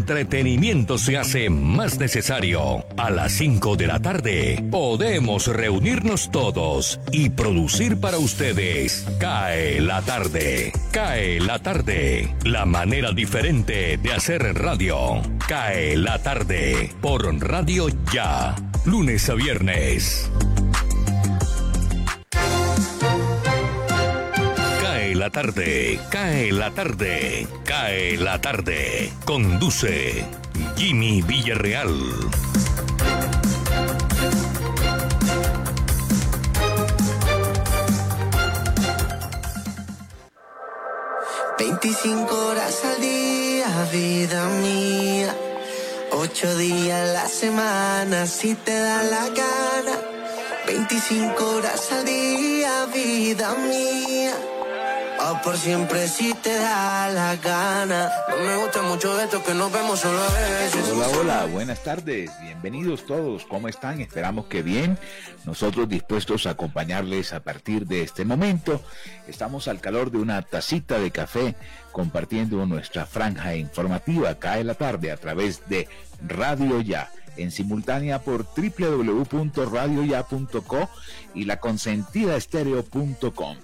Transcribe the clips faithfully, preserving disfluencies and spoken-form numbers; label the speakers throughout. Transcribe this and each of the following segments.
Speaker 1: entretenimiento se hace más necesario. A las cinco de la tarde podemos reunirnos todos y producir para ustedes. Cae la tarde. Cae la tarde. La manera diferente de hacer radio. Cae la tarde por Radio Ya. Lunes a viernes. Cae la tarde, cae la tarde, cae la tarde. Conduce Jimmy Villarreal.
Speaker 2: veinticinco horas al día, vida mía. Ocho días a la semana, si te da la gana. veinticinco horas al día, vida mía. O por siempre si te da la gana. No me gusta mucho esto que nos vemos solo a veces.
Speaker 3: Hola, hola, buenas tardes, bienvenidos todos, ¿cómo están? Esperamos que bien, nosotros dispuestos a acompañarles a partir de este momento. Estamos al calor de una tacita de café, compartiendo nuestra franja informativa. Cae la tarde a través de Radio Ya, en simultánea por doble u doble u doble u punto radio ya punto co y la consentida estéreo punto com.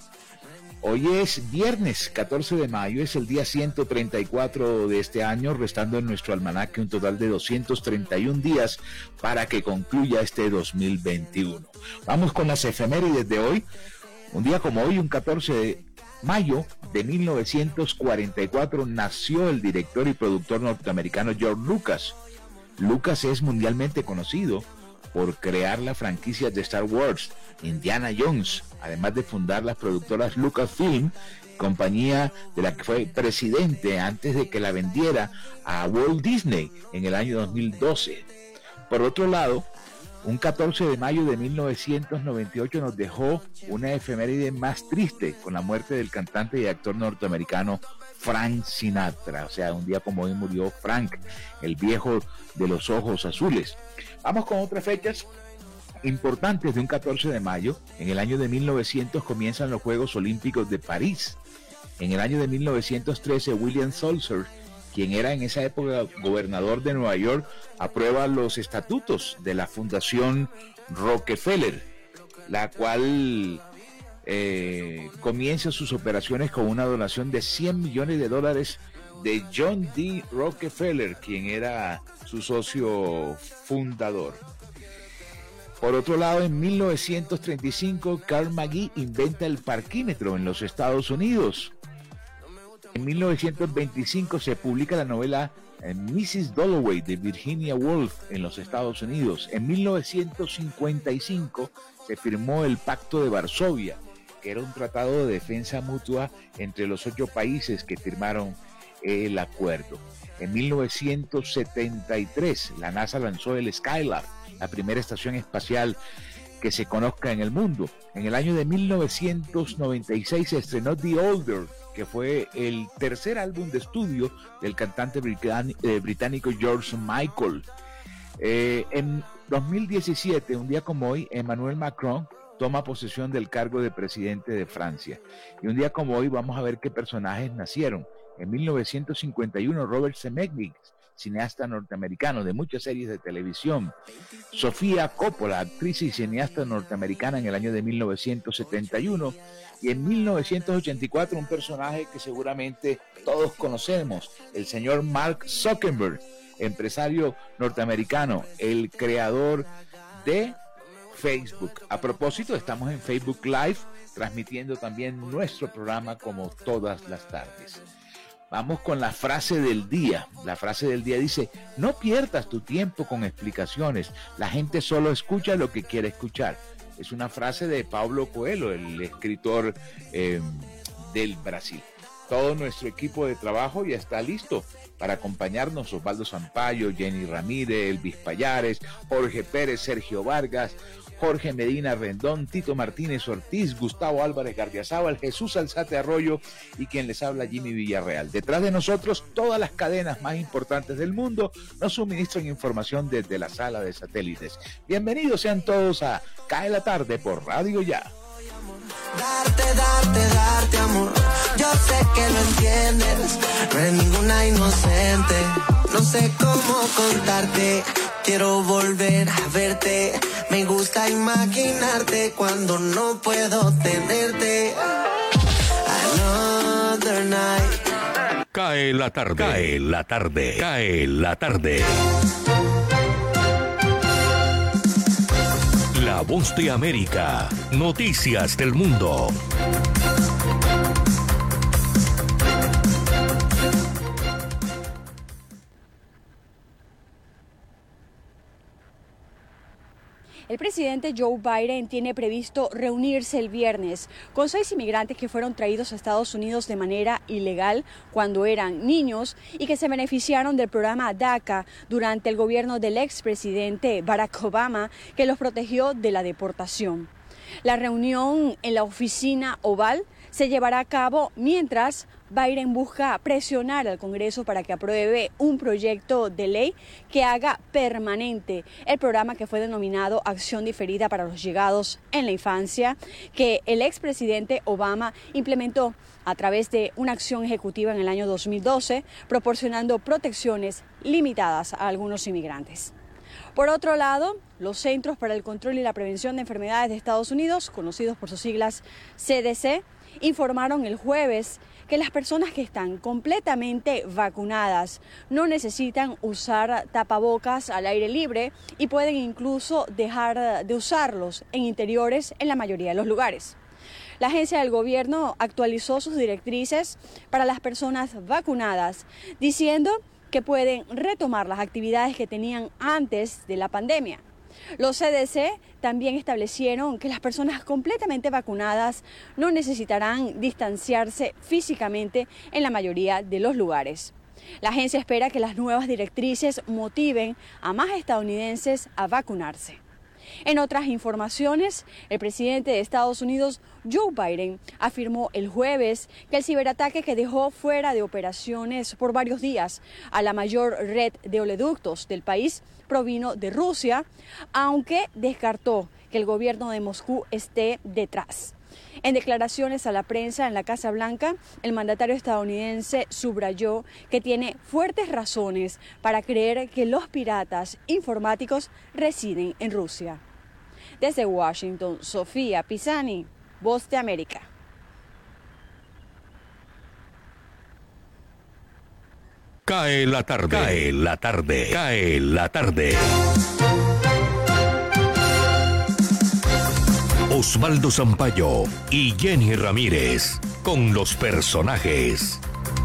Speaker 3: Hoy es viernes catorce de mayo, es el día ciento treinta y cuatro de este año, restando en nuestro almanaque un total de doscientos treinta y un días para que concluya este dos mil veintiuno. Vamos con las efemérides de hoy. Un día como hoy, un catorce de mayo de mil novecientos cuarenta y cuatro, nació el director y productor norteamericano George Lucas. Lucas es mundialmente conocido por crear la franquicia de Star Wars, Indiana Jones, además de fundar las productoras Lucasfilm, compañía de la que fue presidente antes de que la vendiera a Walt Disney en el año dos mil doce. Por otro lado, un catorce de mayo de mil novecientos noventa y ocho nos dejó una efeméride más triste con la muerte del cantante y actor norteamericano Frank Sinatra. O sea, un día como hoy murió Frank, el viejo de los ojos azules. Vamos con otras fechas importantes de un catorce de mayo. En el año de mil novecientos comienzan los Juegos Olímpicos de París. En el año de mil novecientos trece, William Sulzer, quien era en esa época gobernador de Nueva York, aprueba los estatutos de la Fundación Rockefeller, la cual eh, comienza sus operaciones con una donación de cien millones de dólares de John D. Rockefeller, quien era su socio fundador. Por otro lado, en mil novecientos treinta y cinco, Carl Magee inventa el parquímetro en los Estados Unidos. En mil novecientos veinticinco se publica la novela missus Dalloway de Virginia Woolf en los Estados Unidos. En mil novecientos cincuenta y cinco se firmó el Pacto de Varsovia, que era un tratado de defensa mutua entre los ocho países que firmaron el acuerdo. En mil novecientos setenta y tres, la NASA lanzó el Skylab, la primera estación espacial que se conozca en el mundo. En el año de mil novecientos noventa y seis se estrenó The Older, que fue el tercer álbum de estudio del cantante britán, eh, británico George Michael. Eh, en dos mil diecisiete, un día como hoy, Emmanuel Macron toma posesión del cargo de presidente de Francia. Y un día como hoy vamos a ver qué personajes nacieron. En mil novecientos cincuenta y uno, Robert Zemeckis, cineasta norteamericano de muchas series de televisión. Sofía Coppola, actriz y cineasta norteamericana en el año de mil novecientos setenta y uno. Y en mil novecientos ochenta y cuatro, un personaje que seguramente todos conocemos, el señor Mark Zuckerberg, empresario norteamericano, el creador de Facebook. A propósito, estamos en Facebook Live, transmitiendo también nuestro programa como todas las tardes. Vamos con la frase del día. La frase del día dice: no pierdas tu tiempo con explicaciones. La gente solo escucha lo que quiere escuchar. Es una frase de Paulo Coelho, el escritor eh, del Brasil. Todo nuestro equipo de trabajo ya está listo para acompañarnos: Osvaldo Sampaio, Jenny Ramírez, Elvis Payares, Jorge Pérez, Sergio Vargas, Jorge Medina Rendón, Tito Martínez Ortiz, Gustavo Álvarez Gardiazabal, Jesús Alzate Arroyo y quien les habla, Jimmy Villarreal. Detrás de nosotros, todas las cadenas más importantes del mundo nos suministran información desde la sala de satélites. Bienvenidos sean todos a Cae la Tarde por Radio Ya.
Speaker 2: Darte, darte, darte amor. Yo sé que lo entiendes. No eres ninguna inocente. No sé cómo contarte. Quiero volver a verte. Me gusta imaginarte cuando no puedo tenerte. Another night.
Speaker 1: Cae la tarde. Cae la tarde. Cae la tarde. La Voz de América. Noticias del mundo.
Speaker 4: El presidente Joe Biden tiene previsto reunirse el viernes con seis inmigrantes que fueron traídos a Estados Unidos de manera ilegal cuando eran niños y que se beneficiaron del programa DACA durante el gobierno del expresidente Barack Obama, que los protegió de la deportación. La reunión en la oficina Oval se llevará a cabo mientras Biden busca presionar al Congreso para que apruebe un proyecto de ley que haga permanente el programa que fue denominado Acción Diferida para los Llegados en la Infancia, que el expresidente Obama implementó a través de una acción ejecutiva en el año dos mil doce, proporcionando protecciones limitadas a algunos inmigrantes. Por otro lado, los Centros para el Control y la Prevención de Enfermedades de Estados Unidos, conocidos por sus siglas C D C, informaron el jueves que las personas que están completamente vacunadas no necesitan usar tapabocas al aire libre y pueden incluso dejar de usarlos en interiores en la mayoría de los lugares. La agencia del gobierno actualizó sus directrices para las personas vacunadas, diciendo que pueden retomar las actividades que tenían antes de la pandemia. Los C D C también establecieron que las personas completamente vacunadas no necesitarán distanciarse físicamente en la mayoría de los lugares. La agencia espera que las nuevas directrices motiven a más estadounidenses a vacunarse. En otras informaciones, el presidente de Estados Unidos, Joe Biden, afirmó el jueves que el ciberataque que dejó fuera de operaciones por varios días a la mayor red de oleoductos del país provino de Rusia, aunque descartó que el gobierno de Moscú esté detrás. En declaraciones a la prensa en la Casa Blanca, el mandatario estadounidense subrayó que tiene fuertes razones para creer que los piratas informáticos residen en Rusia. Desde Washington, Sofía Pisani, Voz de América.
Speaker 1: Cae la tarde. Cae la tarde. Cae la tarde. Osvaldo Zampayo y Jenny Ramírez con los personajes.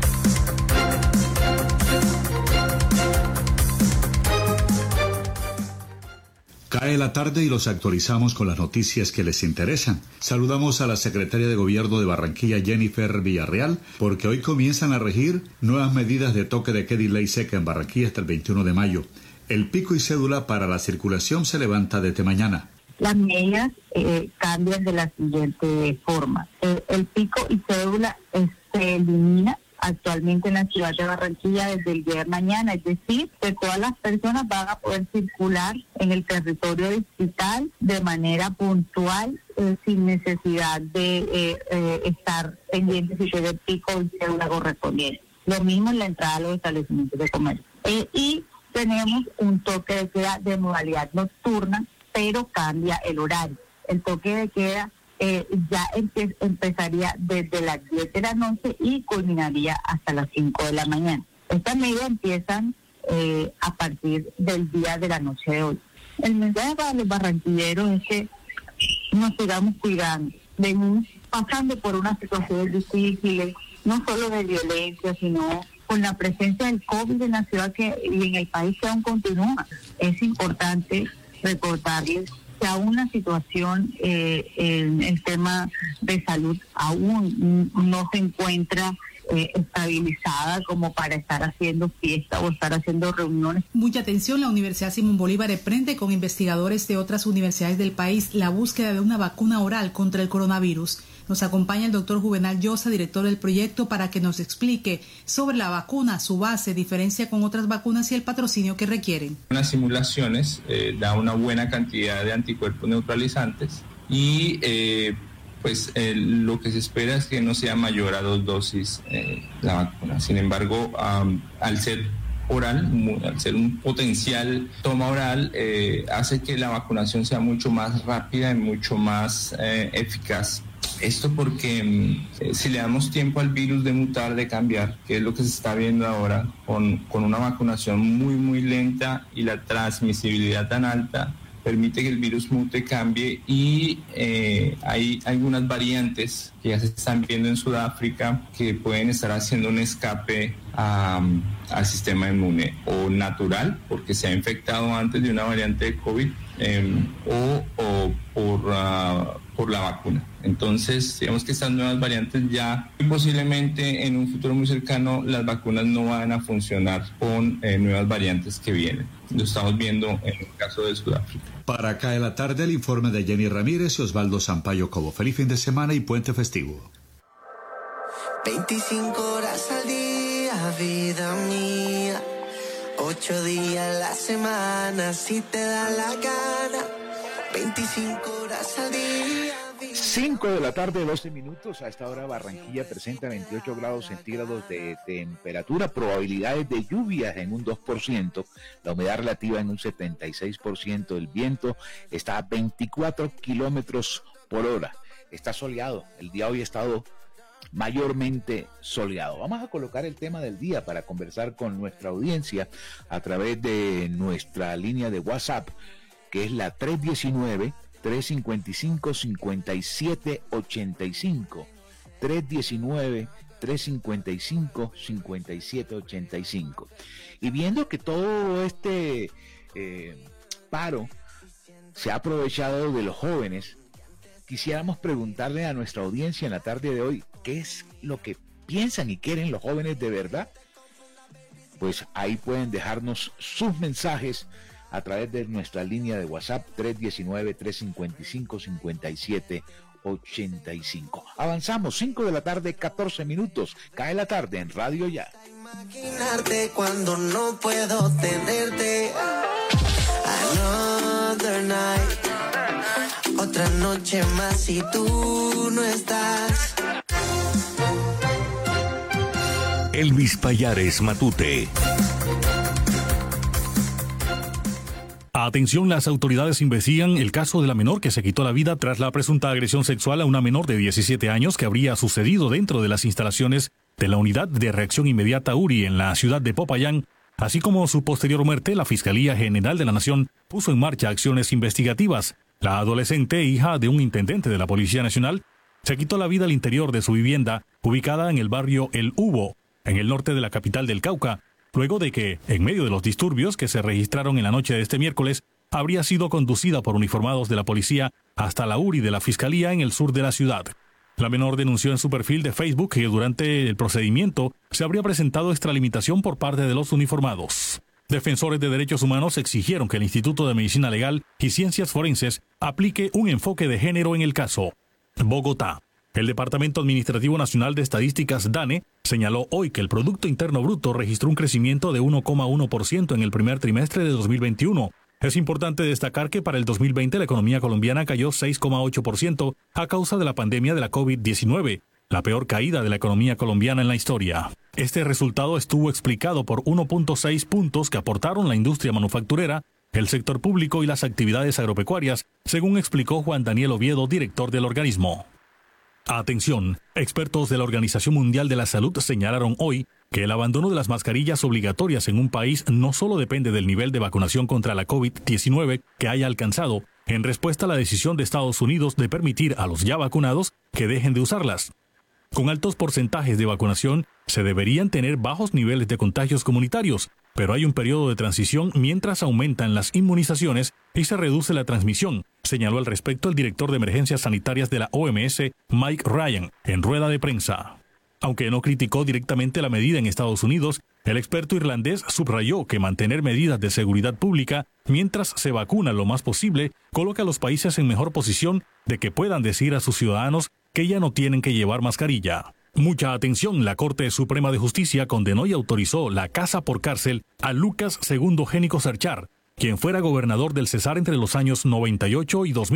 Speaker 5: Cae la tarde y los actualizamos con las noticias que les interesan. Saludamos a la secretaria de Gobierno de Barranquilla, Jennifer Villarreal, porque hoy comienzan a regir nuevas medidas de toque de queda y ley seca en Barranquilla hasta el veintiuno de mayo. El pico y cédula para la circulación se levanta desde mañana.
Speaker 6: Las medidas eh, cambian de la siguiente forma. Eh, el pico y cédula eh, se elimina actualmente en la ciudad de Barranquilla desde el día de mañana, es decir, que todas las personas van a poder circular en el territorio distrital de manera puntual, eh, sin necesidad de eh, eh, estar pendientes si tiene el pico y cédula correspondiente. Lo mismo en la entrada a los establecimientos de comercio. Eh, y tenemos un toque de queda de modalidad nocturna, pero cambia el horario. El toque de queda eh, ya empe- empezaría desde las diez de la noche y culminaría hasta las cinco de la mañana. Estas medidas empiezan eh, a partir del día de la noche de hoy. El mensaje para los barranquilleros es que nos sigamos cuidando. Venimos pasando por unas situaciones difíciles, no solo de violencia, sino con la presencia del COVID en la ciudad que, y en el país que aún continúa. Es importante recordarles que aún la situación eh, en el tema de salud aún no se encuentra eh, estabilizada como para estar haciendo fiesta o estar haciendo reuniones.
Speaker 7: Mucha atención, la Universidad Simón Bolívar emprende con investigadores de otras universidades del país la búsqueda de una vacuna oral contra el coronavirus. Nos acompaña el doctor Juvenal Llosa, director del proyecto, para que nos explique sobre la vacuna, su base, diferencia con otras vacunas y el patrocinio que requieren.
Speaker 8: Unas simulaciones eh, da una buena cantidad de anticuerpos neutralizantes y eh, pues eh, lo que se espera es que no sea mayor a dos dosis eh, la vacuna. Sin embargo, um, al ser oral, al ser un potencial toma oral, eh, hace que la vacunación sea mucho más rápida y mucho más eh, eficaz. Esto porque eh, si le damos tiempo al virus de mutar, de cambiar, que es lo que se está viendo ahora, con, con una vacunación muy, muy lenta y la transmisibilidad tan alta, permite que el virus mute, cambie y eh, hay algunas variantes que ya se están viendo en Sudáfrica que pueden estar haciendo un escape a, al sistema inmune o natural porque se ha infectado antes de una variante de COVID eh, o, o por, uh, por la vacuna. Entonces, digamos que estas nuevas variantes ya posiblemente en un futuro muy cercano las vacunas no van a funcionar con eh, nuevas variantes que vienen. Lo estamos viendo en el caso de Sudáfrica.
Speaker 5: Para Cae la Tarde, el informe de Jenny Ramírez y Osvaldo Sampaio Cobo. Feliz fin de semana y puente festivo.
Speaker 2: veinticinco horas al día, vida mía. Ocho días a la semana, si te da la gana. veinticinco horas al día.
Speaker 3: cinco de la tarde, doce minutos. A esta hora Barranquilla presenta veintiocho grados centígrados de temperatura, probabilidades de lluvias en un dos por ciento, la humedad relativa en un setenta y seis por ciento, el viento está a veinticuatro kilómetros por hora. Está soleado, el día hoy ha estado mayormente soleado. Vamos a colocar el tema del día para conversar con nuestra audiencia a través de nuestra línea de WhatsApp, que es la tres diecinueve, tres cincuenta y cinco, cincuenta y siete ochenta y cinco, tres diecinueve, tres cincuenta y cinco, cincuenta y siete ochenta y cinco. Y viendo que todo este eh, paro se ha aprovechado de los jóvenes, quisiéramos preguntarle a nuestra audiencia en la tarde de hoy, ¿qué es lo que piensan y quieren los jóvenes de verdad? Pues ahí pueden dejarnos sus mensajes a través de nuestra línea de WhatsApp tres diecinueve, tres cincuenta y cinco, cincuenta y siete ochenta y cinco. Avanzamos, cinco de la tarde, catorce minutos. Cae la tarde en Radio Ya.
Speaker 2: Imaginarte cuando no puedo tenerte. Another night. Otra noche más y tú no estás.
Speaker 1: Elvis Payares Matute.
Speaker 9: Atención, las autoridades investigan el caso de la menor que se quitó la vida tras la presunta agresión sexual a una menor de diecisiete años que habría sucedido dentro de las instalaciones de la Unidad de Reacción Inmediata U R I en la ciudad de Popayán. Así como su posterior muerte, la Fiscalía General de la Nación puso en marcha acciones investigativas. La adolescente, hija de un intendente de la Policía Nacional, se quitó la vida al interior de su vivienda, ubicada en el barrio El Hubo, en el norte de la capital del Cauca, luego de que, en medio de los disturbios que se registraron en la noche de este miércoles, habría sido conducida por uniformados de la policía hasta la U R I de la Fiscalía en el sur de la ciudad. La menor denunció en su perfil de Facebook que durante el procedimiento se habría presentado extralimitación por parte de los uniformados. Defensores de derechos humanos exigieron que el Instituto de Medicina Legal y Ciencias Forenses aplique un enfoque de género en el caso. Bogotá. El Departamento Administrativo Nacional de Estadísticas, DANE, señaló hoy que el Producto Interno Bruto registró un crecimiento de uno coma uno por ciento en el primer trimestre de dos mil veintiuno. Es importante destacar que para el dos mil veinte la economía colombiana cayó seis coma ocho por ciento a causa de la pandemia de la COVID diecinueve, la peor caída de la economía colombiana en la historia. Este resultado estuvo explicado por uno punto seis puntos que aportaron la industria manufacturera, el sector público y las actividades agropecuarias, según explicó Juan Daniel Oviedo, director del organismo. Atención, expertos de la Organización Mundial de la Salud señalaron hoy que el abandono de las mascarillas obligatorias en un país no solo depende del nivel de vacunación contra la COVID diecinueve que haya alcanzado, en respuesta a la decisión de Estados Unidos de permitir a los ya vacunados que dejen de usarlas. Con altos porcentajes de vacunación, se deberían tener bajos niveles de contagios comunitarios, pero hay un periodo de transición mientras aumentan las inmunizaciones y se reduce la transmisión, señaló al respecto el director de emergencias sanitarias de la O M S, Mike Ryan, en rueda de prensa. Aunque no criticó directamente la medida en Estados Unidos, el experto irlandés subrayó que mantener medidas de seguridad pública mientras se vacuna lo más posible coloca a los países en mejor posición de que puedan decir a sus ciudadanos que ya no tienen que llevar mascarilla. Mucha atención, la Corte Suprema de Justicia condenó y autorizó la casa por cárcel a Lucas Segundo Génico Sarchar, quien fuera gobernador del Cesar entre los años noventa y ocho y dos mil.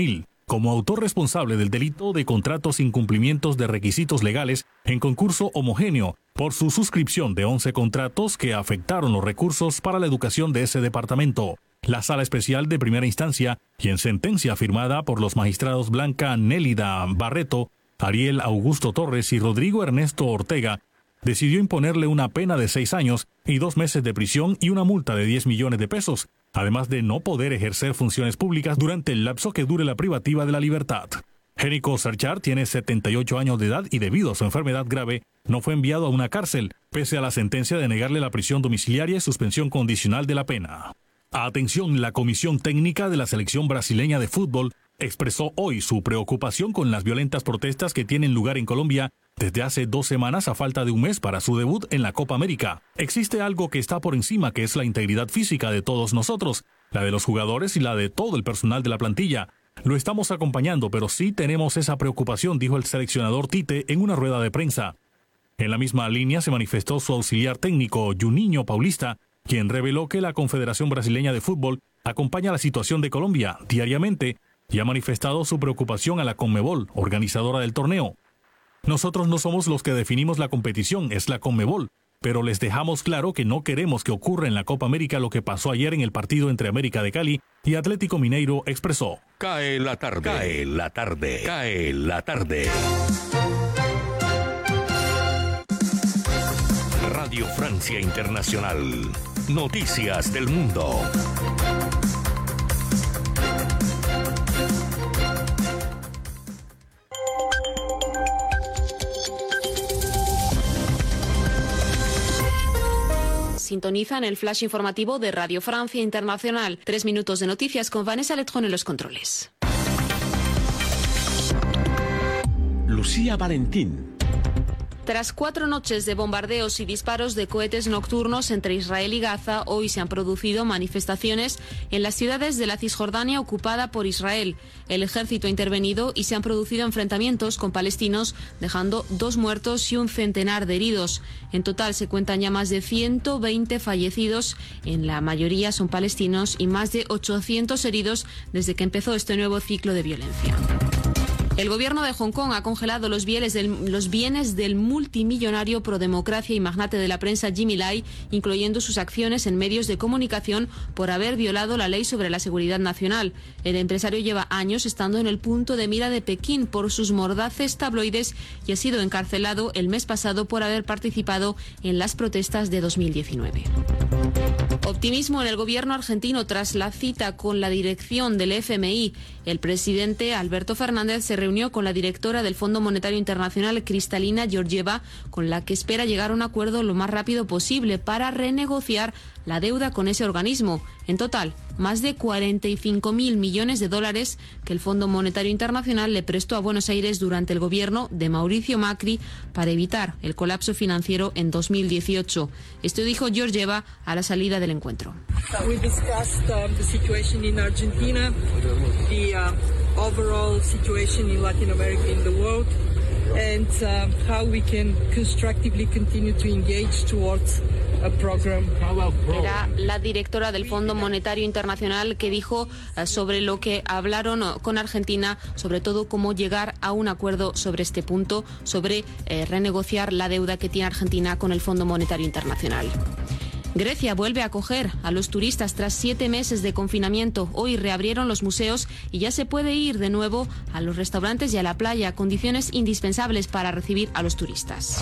Speaker 9: como autor responsable del delito de contratos incumplimientos de requisitos legales en concurso homogéneo por su suscripción de once contratos que afectaron los recursos para la educación de ese departamento. La Sala Especial de Primera Instancia, y en sentencia firmada por los magistrados Blanca Nélida Barreto, Ariel Augusto Torres y Rodrigo Ernesto Ortega, decidió imponerle una pena de seis años y dos meses de prisión y una multa de diez millones de pesos, además de no poder ejercer funciones públicas durante el lapso que dure la privativa de la libertad. Génico Sarchar tiene setenta y ocho años de edad y debido a su enfermedad grave, no fue enviado a una cárcel, pese a la sentencia de negarle la prisión domiciliaria y suspensión condicional de la pena. Atención, la Comisión Técnica de la Selección Brasileña de Fútbol expresó hoy su preocupación con las violentas protestas que tienen lugar en Colombia desde hace dos semanas a falta de un mes para su debut en la Copa América. Existe algo que está por encima, que es la integridad física de todos nosotros, la de los jugadores y la de todo el personal de la plantilla. Lo estamos acompañando, pero sí tenemos esa preocupación, dijo el seleccionador Tite en una rueda de prensa. En la misma línea se manifestó su auxiliar técnico, Juninho Paulista, quien reveló que la Confederación Brasileña de Fútbol acompaña la situación de Colombia diariamente y ha manifestado su preocupación a la Conmebol, organizadora del torneo. Nosotros no somos los que definimos la competición, es la Conmebol, pero les dejamos claro que no queremos que ocurra en la Copa América lo que pasó ayer en el partido entre América de Cali y Atlético Mineiro, expresó.
Speaker 1: Cae la tarde, cae la tarde, cae la tarde. Radio Francia Internacional. Noticias del mundo.
Speaker 10: Sintonizan el flash informativo de Radio Francia Internacional. Tres minutos de noticias con Vanessa Letrón en los controles.
Speaker 11: Lucía Valentín.
Speaker 10: Tras cuatro noches de bombardeos y disparos de cohetes nocturnos entre Israel y Gaza, hoy se han producido manifestaciones en las ciudades de la Cisjordania ocupada por Israel. El ejército ha intervenido y se han producido enfrentamientos con palestinos, dejando dos muertos y un centenar de heridos. En total se cuentan ya más de ciento veinte fallecidos, en la mayoría son palestinos, y más de ochocientos heridos desde que empezó este nuevo ciclo de violencia. El gobierno de Hong Kong ha congelado los bienes, del, los bienes del multimillonario prodemocracia y magnate de la prensa Jimmy Lai, incluyendo sus acciones en medios de comunicación por haber violado la ley sobre la seguridad nacional. El empresario lleva años estando en el punto de mira de Pekín por sus mordaces tabloides y ha sido encarcelado el mes pasado por haber participado en las protestas de dos mil diecinueve. Optimismo en el gobierno argentino tras la cita con la dirección del F M I. El presidente Alberto Fernández se reunió con la directora del Fondo Monetario Internacional, Kristalina Georgieva, con la que espera llegar a un acuerdo lo más rápido posible para renegociar la deuda con ese organismo. En total, más de cuarenta y cinco mil millones de dólares que el Fondo Monetario Internacional le prestó a Buenos Aires durante el gobierno de Mauricio Macri para evitar el colapso financiero en dos mil dieciocho. Esto dijo Georgieva a la salida del encuentro.
Speaker 12: We discussed uh, the situation in Argentina, the uh, overall situation in Latin America and the world, and uh, how we can constructively continue to engage towards a program.
Speaker 10: Era la directora del Fondo Monetario Internacional que dijo uh, sobre lo que hablaron con Argentina, sobre todo cómo llegar a un acuerdo sobre este punto, sobre eh, renegociar la deuda que tiene Argentina con el Fondo Monetario Internacional. Grecia vuelve a acoger a los turistas tras siete meses de confinamiento. Hoy reabrieron los museos y ya se puede ir de nuevo a los restaurantes y a la playa, condiciones indispensables para recibir a los turistas.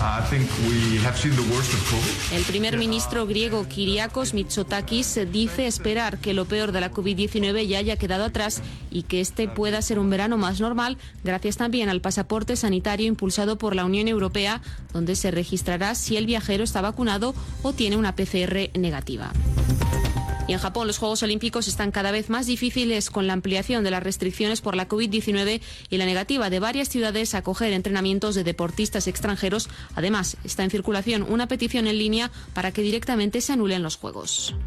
Speaker 10: El primer ministro griego Kyriakos Mitsotakis dice esperar que lo peor de la covid diecinueve ya haya quedado atrás y que este pueda ser un verano más normal, gracias también al pasaporte sanitario impulsado por la Unión Europea, donde se registrará si el viajero está vacunado o tiene una P C R negativa. Y en Japón los Juegos Olímpicos están cada vez más difíciles con la ampliación de las restricciones por la covid diecinueve y la negativa de varias ciudades a acoger entrenamientos de deportistas extranjeros. Además, está en circulación una petición en línea para que directamente se anulen los Juegos.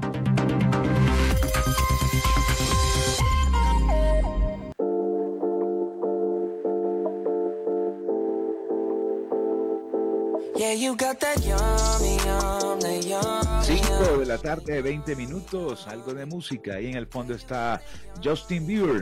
Speaker 3: cinco de la tarde, veinte minutos, algo de música. Ahí en el fondo está Justin Bieber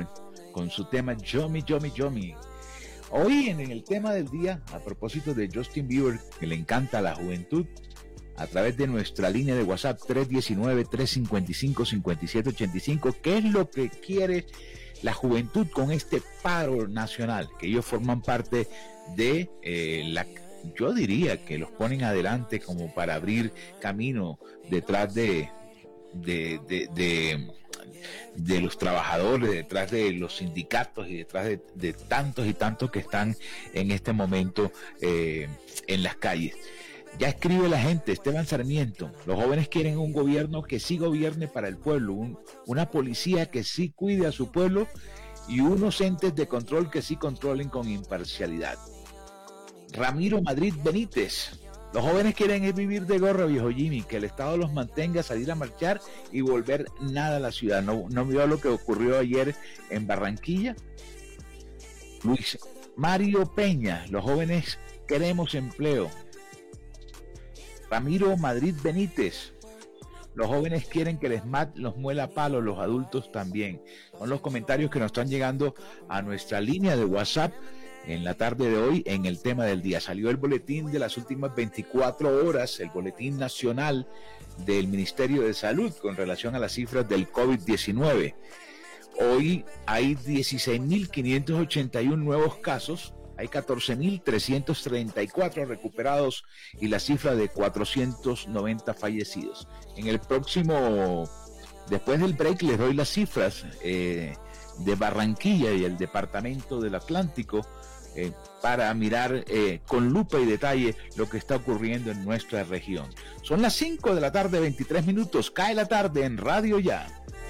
Speaker 3: con su tema Yomi, Yomi, Yomi. Hoy en el tema del día, a propósito de Justin Bieber, que le encanta a la juventud, a través de nuestra línea de WhatsApp tres uno nueve, tres cinco cinco, cinco siete ocho cinco, ¿qué es lo que quiere la juventud con este paro nacional? Que ellos forman parte de eh, la... Yo diría que los ponen adelante como para abrir camino detrás de... de, de, de de los trabajadores, detrás de los sindicatos y detrás de, de tantos y tantos que están en este momento eh, en las calles. Ya escribe la gente, Esteban Sarmiento, los jóvenes quieren un gobierno que sí gobierne para el pueblo, un, una policía que sí cuide a su pueblo y unos entes de control que sí controlen con imparcialidad. Ramiro Madrid Benítez, los jóvenes quieren vivir de gorra, viejo Jimmy, que el Estado los mantenga, salir a marchar y volver nada a la ciudad. ¿No, no vio lo que ocurrió ayer en Barranquilla? Luis Mario Peña, los jóvenes queremos empleo. Ramiro Madrid Benítez, los jóvenes quieren que el S M A T los muela a palos, los adultos también. Son los comentarios que nos están llegando a nuestra línea de WhatsApp en la tarde de hoy en el tema del día. Salió el boletín de las últimas veinticuatro horas, el boletín nacional del Ministerio de Salud con relación a las cifras del COVID diecinueve. Hoy hay dieciséis mil quinientos ochenta y uno nuevos casos, hay catorce mil trescientos treinta y cuatro recuperados y la cifra de cuatrocientos noventa fallecidos. En el próximo, después del break, les doy las cifras eh, de Barranquilla y el departamento del Atlántico, Eh, para mirar eh, con lupa y detalle lo que está ocurriendo en nuestra región. Son las cinco de la tarde, veintitrés minutos, cae la tarde en Radio Ya.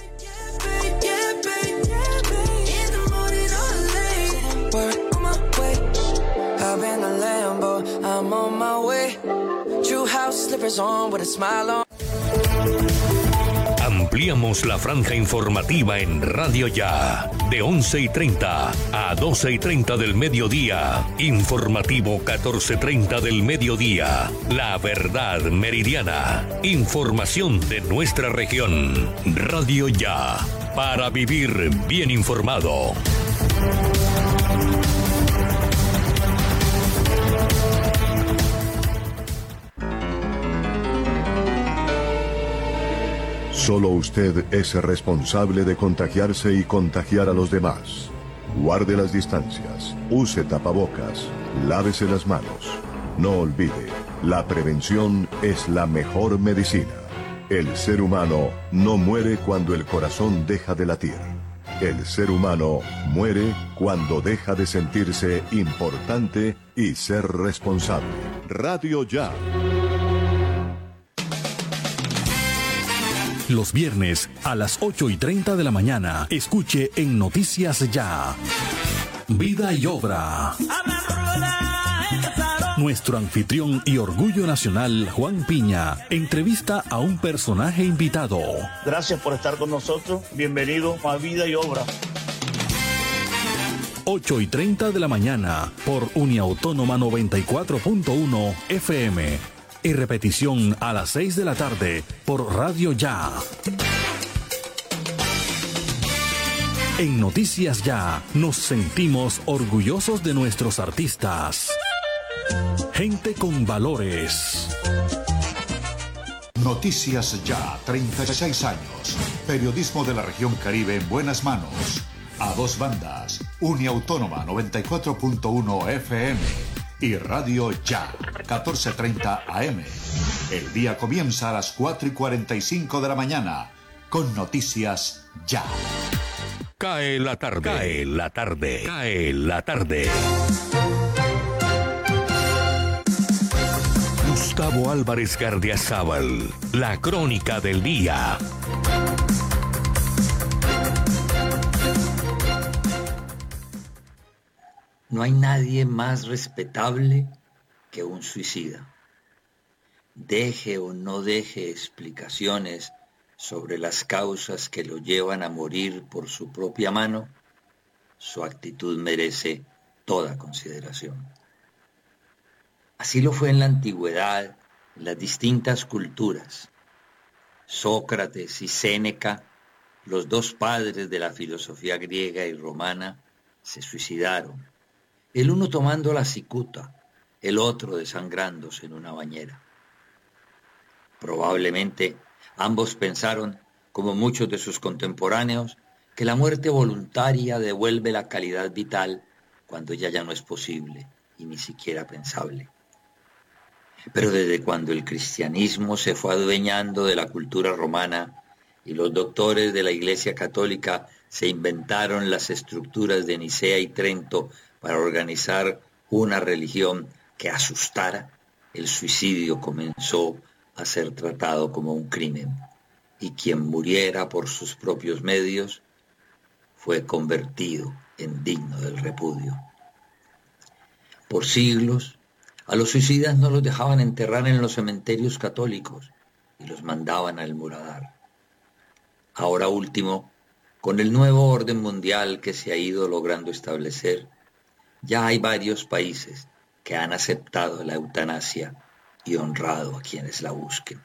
Speaker 1: Ampliamos la franja informativa en Radio Ya, de once y treinta a doce y treinta del mediodía. Informativo catorce treinta del mediodía. La verdad meridiana. Información de nuestra región. Radio Ya, para vivir bien informado.
Speaker 13: Solo usted es responsable de contagiarse y contagiar a los demás. Guarde las distancias, use tapabocas, lávese las manos. No olvide, la prevención es la mejor medicina. El ser humano no muere cuando el corazón deja de latir. El ser humano muere cuando deja de sentirse importante y ser responsable. Radio Ya.
Speaker 9: Los viernes a las ocho y treinta de la mañana, escuche en Noticias Ya. Vida y obra. Nuestro anfitrión y orgullo nacional, Juan Piña, entrevista a un personaje invitado.
Speaker 14: Gracias por estar con nosotros. Bienvenido a Vida y Obra.
Speaker 9: ocho y treinta de la mañana por Uniautónoma noventa y cuatro punto uno F M. Y repetición a las seis de la tarde por Radio Ya. En Noticias Ya nos sentimos orgullosos de nuestros artistas. Gente con valores.
Speaker 5: Noticias Ya, treinta y seis años. Periodismo de la región Caribe en buenas manos. A dos bandas. Uniautónoma noventa y cuatro punto uno F M. Y Radio Ya, catorce treinta A M. El día comienza a las cuatro y cuarenta y cinco de la mañana con Noticias Ya.
Speaker 1: Cae la tarde, cae la tarde, cae la tarde. Gustavo Álvarez Gardiazabal, la crónica del día.
Speaker 15: No hay nadie más respetable que un suicida. Deje o no deje explicaciones sobre las causas que lo llevan a morir por su propia mano, su actitud merece toda consideración. Así lo fue en la antigüedad, en las distintas culturas. Sócrates y Séneca los dos padres de la filosofía griega y romana se suicidaron, el uno tomando la cicuta, el otro desangrándose en una bañera. Probablemente ambos pensaron, como muchos de sus contemporáneos, que la muerte voluntaria devuelve la calidad vital cuando ya ya no es posible y ni siquiera pensable. Pero desde cuando el cristianismo se fue adueñando de la cultura romana y los doctores de la Iglesia Católica se inventaron las estructuras de Nicea y Trento para organizar una religión que asustara, el suicidio comenzó a ser tratado como un crimen, y quien muriera por sus propios medios fue convertido en digno del repudio. Por siglos, a los suicidas no los dejaban enterrar en los cementerios católicos y los mandaban al muladar. Ahora último, con el nuevo orden mundial que se ha ido logrando establecer, ya hay varios países que han aceptado la eutanasia y honrado a quienes la busquen.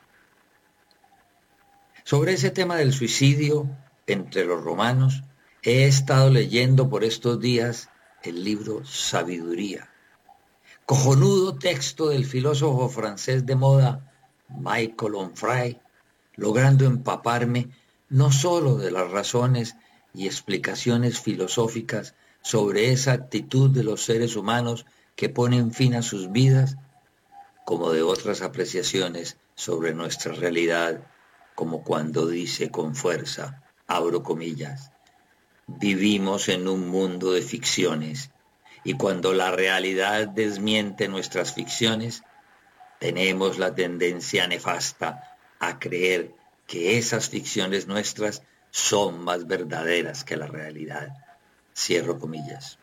Speaker 15: Sobre ese tema del suicidio entre los romanos, he estado leyendo por estos días el libro Sabiduría, cojonudo texto del filósofo francés de moda Michael Onfray, logrando empaparme no solo de las razones y explicaciones filosóficas sobre esa actitud de los seres humanos que ponen fin a sus vidas, como de otras apreciaciones sobre nuestra realidad, como cuando dice con fuerza, abro comillas, vivimos en un mundo de ficciones, y cuando la realidad desmiente nuestras ficciones, tenemos la tendencia nefasta a creer que esas ficciones nuestras son más verdaderas que la realidad. Cierro comillas.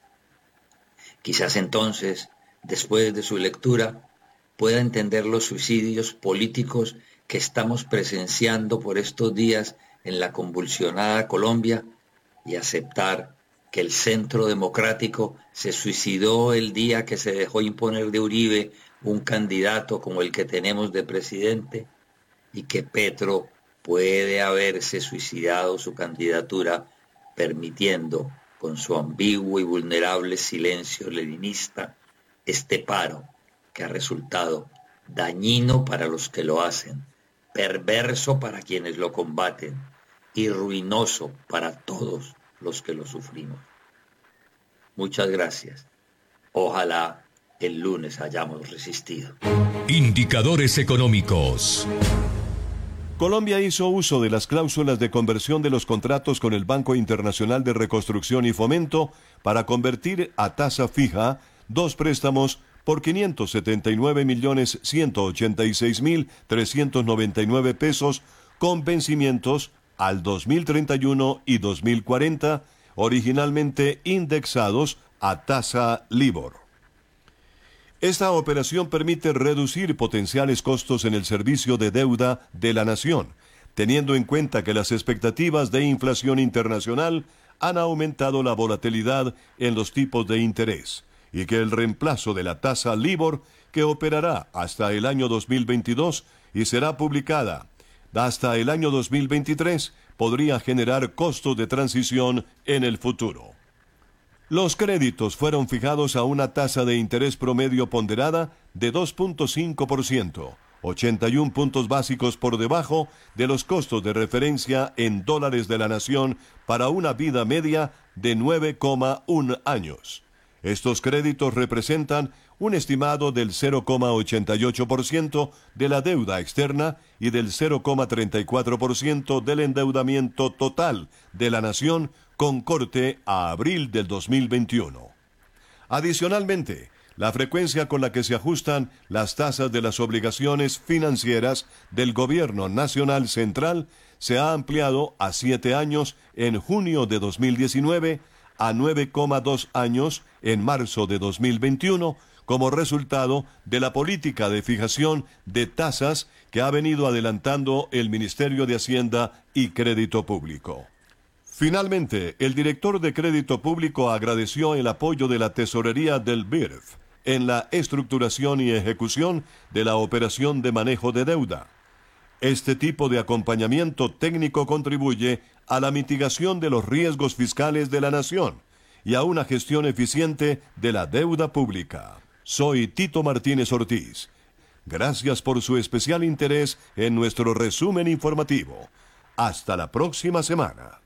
Speaker 15: Quizás entonces, después de su lectura, pueda entender los suicidios políticos que estamos presenciando por estos días en la convulsionada Colombia y aceptar que el Centro Democrático se suicidó el día que se dejó imponer de Uribe un candidato como el que tenemos de presidente y que Petro puede haberse suicidado su candidatura permitiendo con su ambiguo y vulnerable silencio leninista este paro que ha resultado dañino para los que lo hacen, perverso para quienes lo combaten y ruinoso para todos los que lo sufrimos. Muchas gracias. Ojalá el lunes hayamos resistido.
Speaker 1: Indicadores económicos.
Speaker 13: Colombia hizo uso de las cláusulas de conversión de los contratos con el Banco Internacional de Reconstrucción y Fomento para convertir a tasa fija dos préstamos por quinientos setenta y nueve millones ciento ochenta y seis mil trescientos noventa y nueve pesos con vencimientos al dos mil treinta y uno y dos mil cuarenta, originalmente indexados a tasa LIBOR. Esta operación permite reducir potenciales costos en el servicio de deuda de la nación, teniendo en cuenta que las expectativas de inflación internacional han aumentado la volatilidad en los tipos de interés, y que el reemplazo de la tasa LIBOR, que operará hasta el año dos mil veintidós y será publicada hasta el año dos mil veintitrés, podría generar costos de transición en el futuro. Los créditos fueron fijados a una tasa de interés promedio ponderada de dos punto cinco por ciento, ochenta y un puntos básicos por debajo de los costos de referencia en dólares de la nación para una vida media de nueve coma uno años. Estos créditos representan un estimado del cero coma ochenta y ocho por ciento de la deuda externa y del cero coma treinta y cuatro por ciento del endeudamiento total de la nación con corte a abril del dos mil veintiuno. Adicionalmente, la frecuencia con la que se ajustan las tasas de las obligaciones financieras del Gobierno Nacional Central se ha ampliado a siete años en junio de dos mil diecinueve, a nueve coma dos años en marzo de dos mil veintiuno, como resultado de la política de fijación de tasas que ha venido adelantando el Ministerio de Hacienda y Crédito Público. Finalmente, el director de Crédito Público agradeció el apoyo de la Tesorería del B I R F en la estructuración y ejecución de la operación de manejo de deuda. Este tipo de acompañamiento técnico contribuye a la mitigación de los riesgos fiscales de la nación y a una gestión eficiente de la deuda pública. Soy Tito Martínez Ortiz. Gracias por su especial interés en nuestro resumen informativo. Hasta la próxima semana.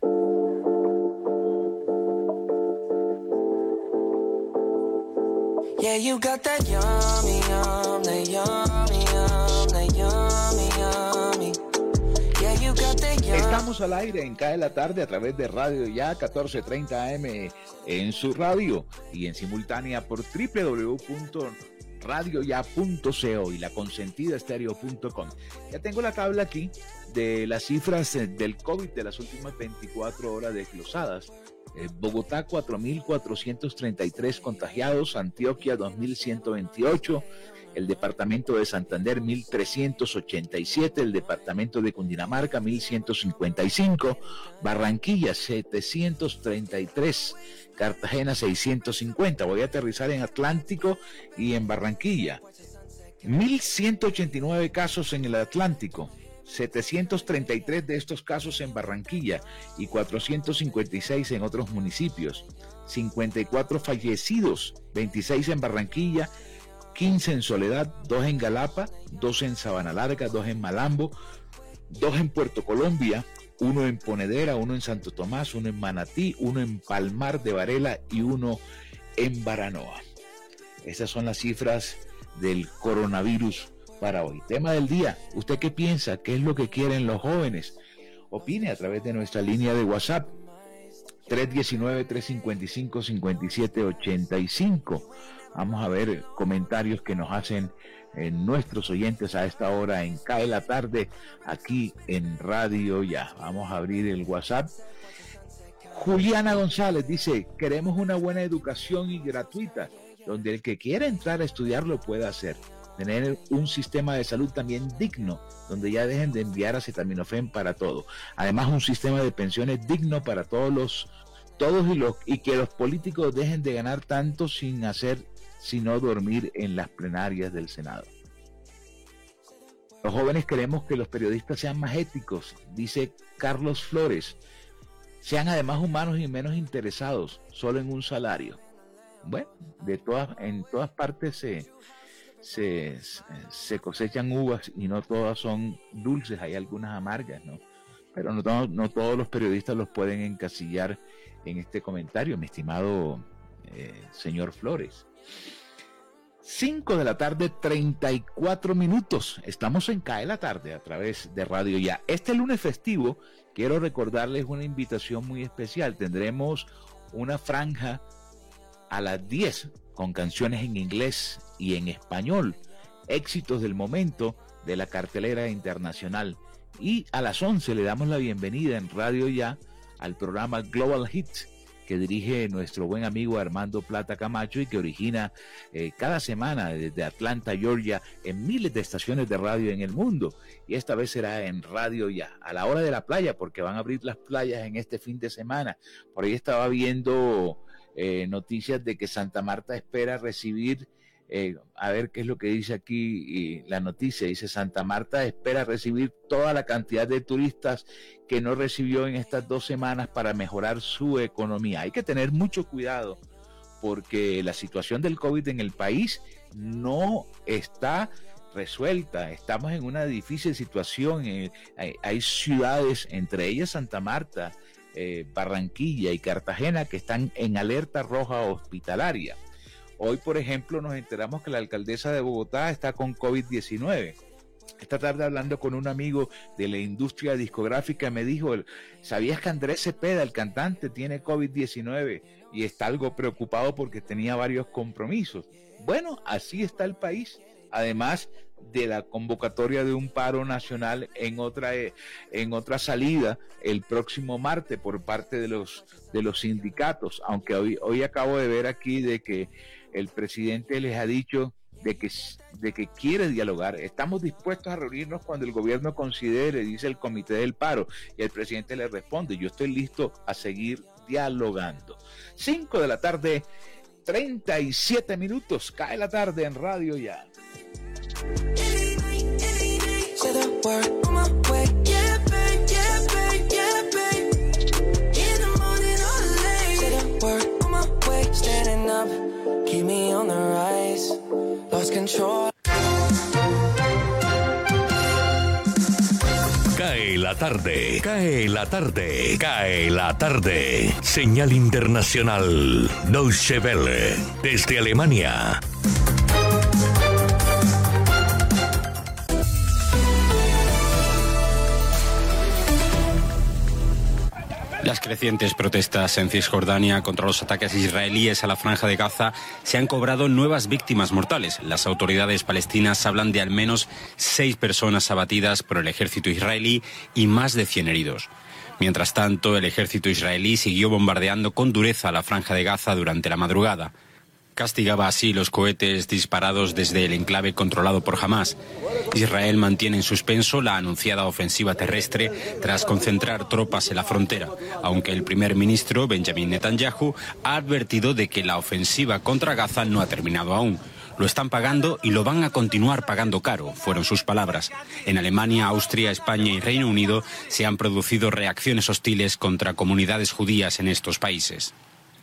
Speaker 2: Yeah, you got that yummy, yum, that yummy, yum, that yummy, yummy. Yeah, you got that yum.
Speaker 3: Estamos al aire en Cae la Tarde a través de Radio Ya catorce treinta A M en su radio y en simultánea por doble u doble u doble u punto radio ya punto co y la consentida estéreo punto com. Ya tengo la tabla aquí de las cifras del COVID de las últimas veinticuatro horas desglosadas. Eh, Bogotá cuatro mil cuatrocientos treinta y tres contagiados, Antioquia dos mil ciento veintiocho, el departamento de Santander mil trescientos ochenta y siete, el departamento de Cundinamarca mil ciento cincuenta y cinco, Barranquilla setecientos treinta y tres, Cartagena seiscientos cincuenta. Voy a aterrizar en Atlántico y en Barranquilla. mil ciento ochenta y nueve casos en el Atlántico, setecientos treinta y tres de estos casos en Barranquilla y cuatrocientos cincuenta y seis en otros municipios. cincuenta y cuatro fallecidos, veintiséis en Barranquilla, quince en Soledad, dos en Galapa, dos en Sabana Larga, dos en Malambo, dos en Puerto Colombia, uno en Ponedera, uno en Santo Tomás, uno en Manatí, uno en Palmar de Varela y uno en Baranoa. Esas son las cifras del coronavirus para hoy. Tema del día, ¿usted qué piensa? ¿Qué es lo que quieren los jóvenes? Opine a través de nuestra línea de WhatsApp tres uno nueve, tres cinco cinco, cinco siete ocho cinco. Vamos a ver comentarios que nos hacen eh, nuestros oyentes a esta hora en Cae la Tarde aquí en Radio Ya. Vamos a abrir el WhatsApp. Juliana González dice: queremos una buena educación y gratuita, donde el que quiera entrar a estudiar lo pueda hacer. Tener un sistema de salud también digno, donde ya dejen de enviar acetaminofén para todo. Además, un sistema de pensiones digno para todos los, todos y los, y que los políticos dejen de ganar tanto sin hacer, sino dormir en las plenarias del Senado. Los jóvenes queremos que los periodistas sean más éticos, dice Carlos Flores. Sean además humanos y menos interesados, solo en un salario. Bueno, de todas, en todas partes se... Se, se cosechan uvas y no todas son dulces, hay algunas amargas, ¿no? Pero no, no, no todos los periodistas los pueden encasillar en este comentario, mi estimado eh, señor Flores. cinco de la tarde, treinta y cuatro minutos. Estamos en Cae la Tarde a través de Radio Ya. Este lunes festivo quiero recordarles una invitación muy especial. Tendremos una franja a las diez con canciones en inglés y en español, éxitos del momento de la cartelera internacional. Y a las once le damos la bienvenida en Radio Ya al programa Global Hits, que dirige nuestro buen amigo Armando Plata Camacho y que origina eh, cada semana desde Atlanta, Georgia, en miles de estaciones de radio en el mundo. Y esta vez será en Radio Ya, a la hora de la playa, porque van a abrir las playas en este fin de semana. Por ahí estaba viendo eh, noticias de que Santa Marta espera recibir, eh, a ver qué es lo que dice aquí y la noticia, dice: Santa Marta espera recibir toda la cantidad de turistas que no recibió en estas dos semanas para mejorar su economía. Hay que tener mucho cuidado porque la situación del COVID en el país no está resuelta. Estamos en una difícil situación. Eh, hay, hay ciudades, entre ellas Santa Marta, eh, Barranquilla y Cartagena, que están en alerta roja hospitalaria. Hoy, por ejemplo, nos enteramos que la alcaldesa de Bogotá está con COVID diecinueve. Esta tarde, hablando con un amigo de la industria discográfica, me dijo: ¿sabías que Andrés Cepeda, el cantante, tiene COVID diecinueve y está algo preocupado porque tenía varios compromisos? Bueno, así está el país. Además de la convocatoria de un paro nacional en otra en otra salida el próximo martes por parte de los de los sindicatos, aunque hoy hoy acabo de ver aquí de que el presidente les ha dicho de que de que quiere dialogar. Estamos dispuestos a reunirnos cuando el gobierno considere, dice el comité del paro, y el presidente le responde: yo estoy listo a seguir dialogando. Cinco de la tarde, treinta y siete minutos. Cae la tarde en Radio Ya.
Speaker 2: Say the word,
Speaker 1: la tarde, cae la tarde, cae la tarde. Señal internacional, Deutsche Welle, desde Alemania.
Speaker 16: Las crecientes protestas en Cisjordania contra los ataques israelíes a la Franja de Gaza se han cobrado nuevas víctimas mortales. Las autoridades palestinas hablan de al menos seis personas abatidas por el ejército israelí y más de cien heridos. Mientras tanto, el ejército israelí siguió bombardeando con dureza la Franja de Gaza durante la madrugada. Castigaba así los cohetes disparados desde el enclave controlado por Hamás. Israel mantiene en suspenso la anunciada ofensiva terrestre tras concentrar tropas en la frontera, aunque el primer ministro Benjamin Netanyahu ha advertido de que la ofensiva contra Gaza no ha terminado aún. Lo están pagando y lo van a continuar pagando caro, fueron sus palabras. En Alemania, Austria, España y Reino Unido se han producido reacciones hostiles contra comunidades judías en estos países.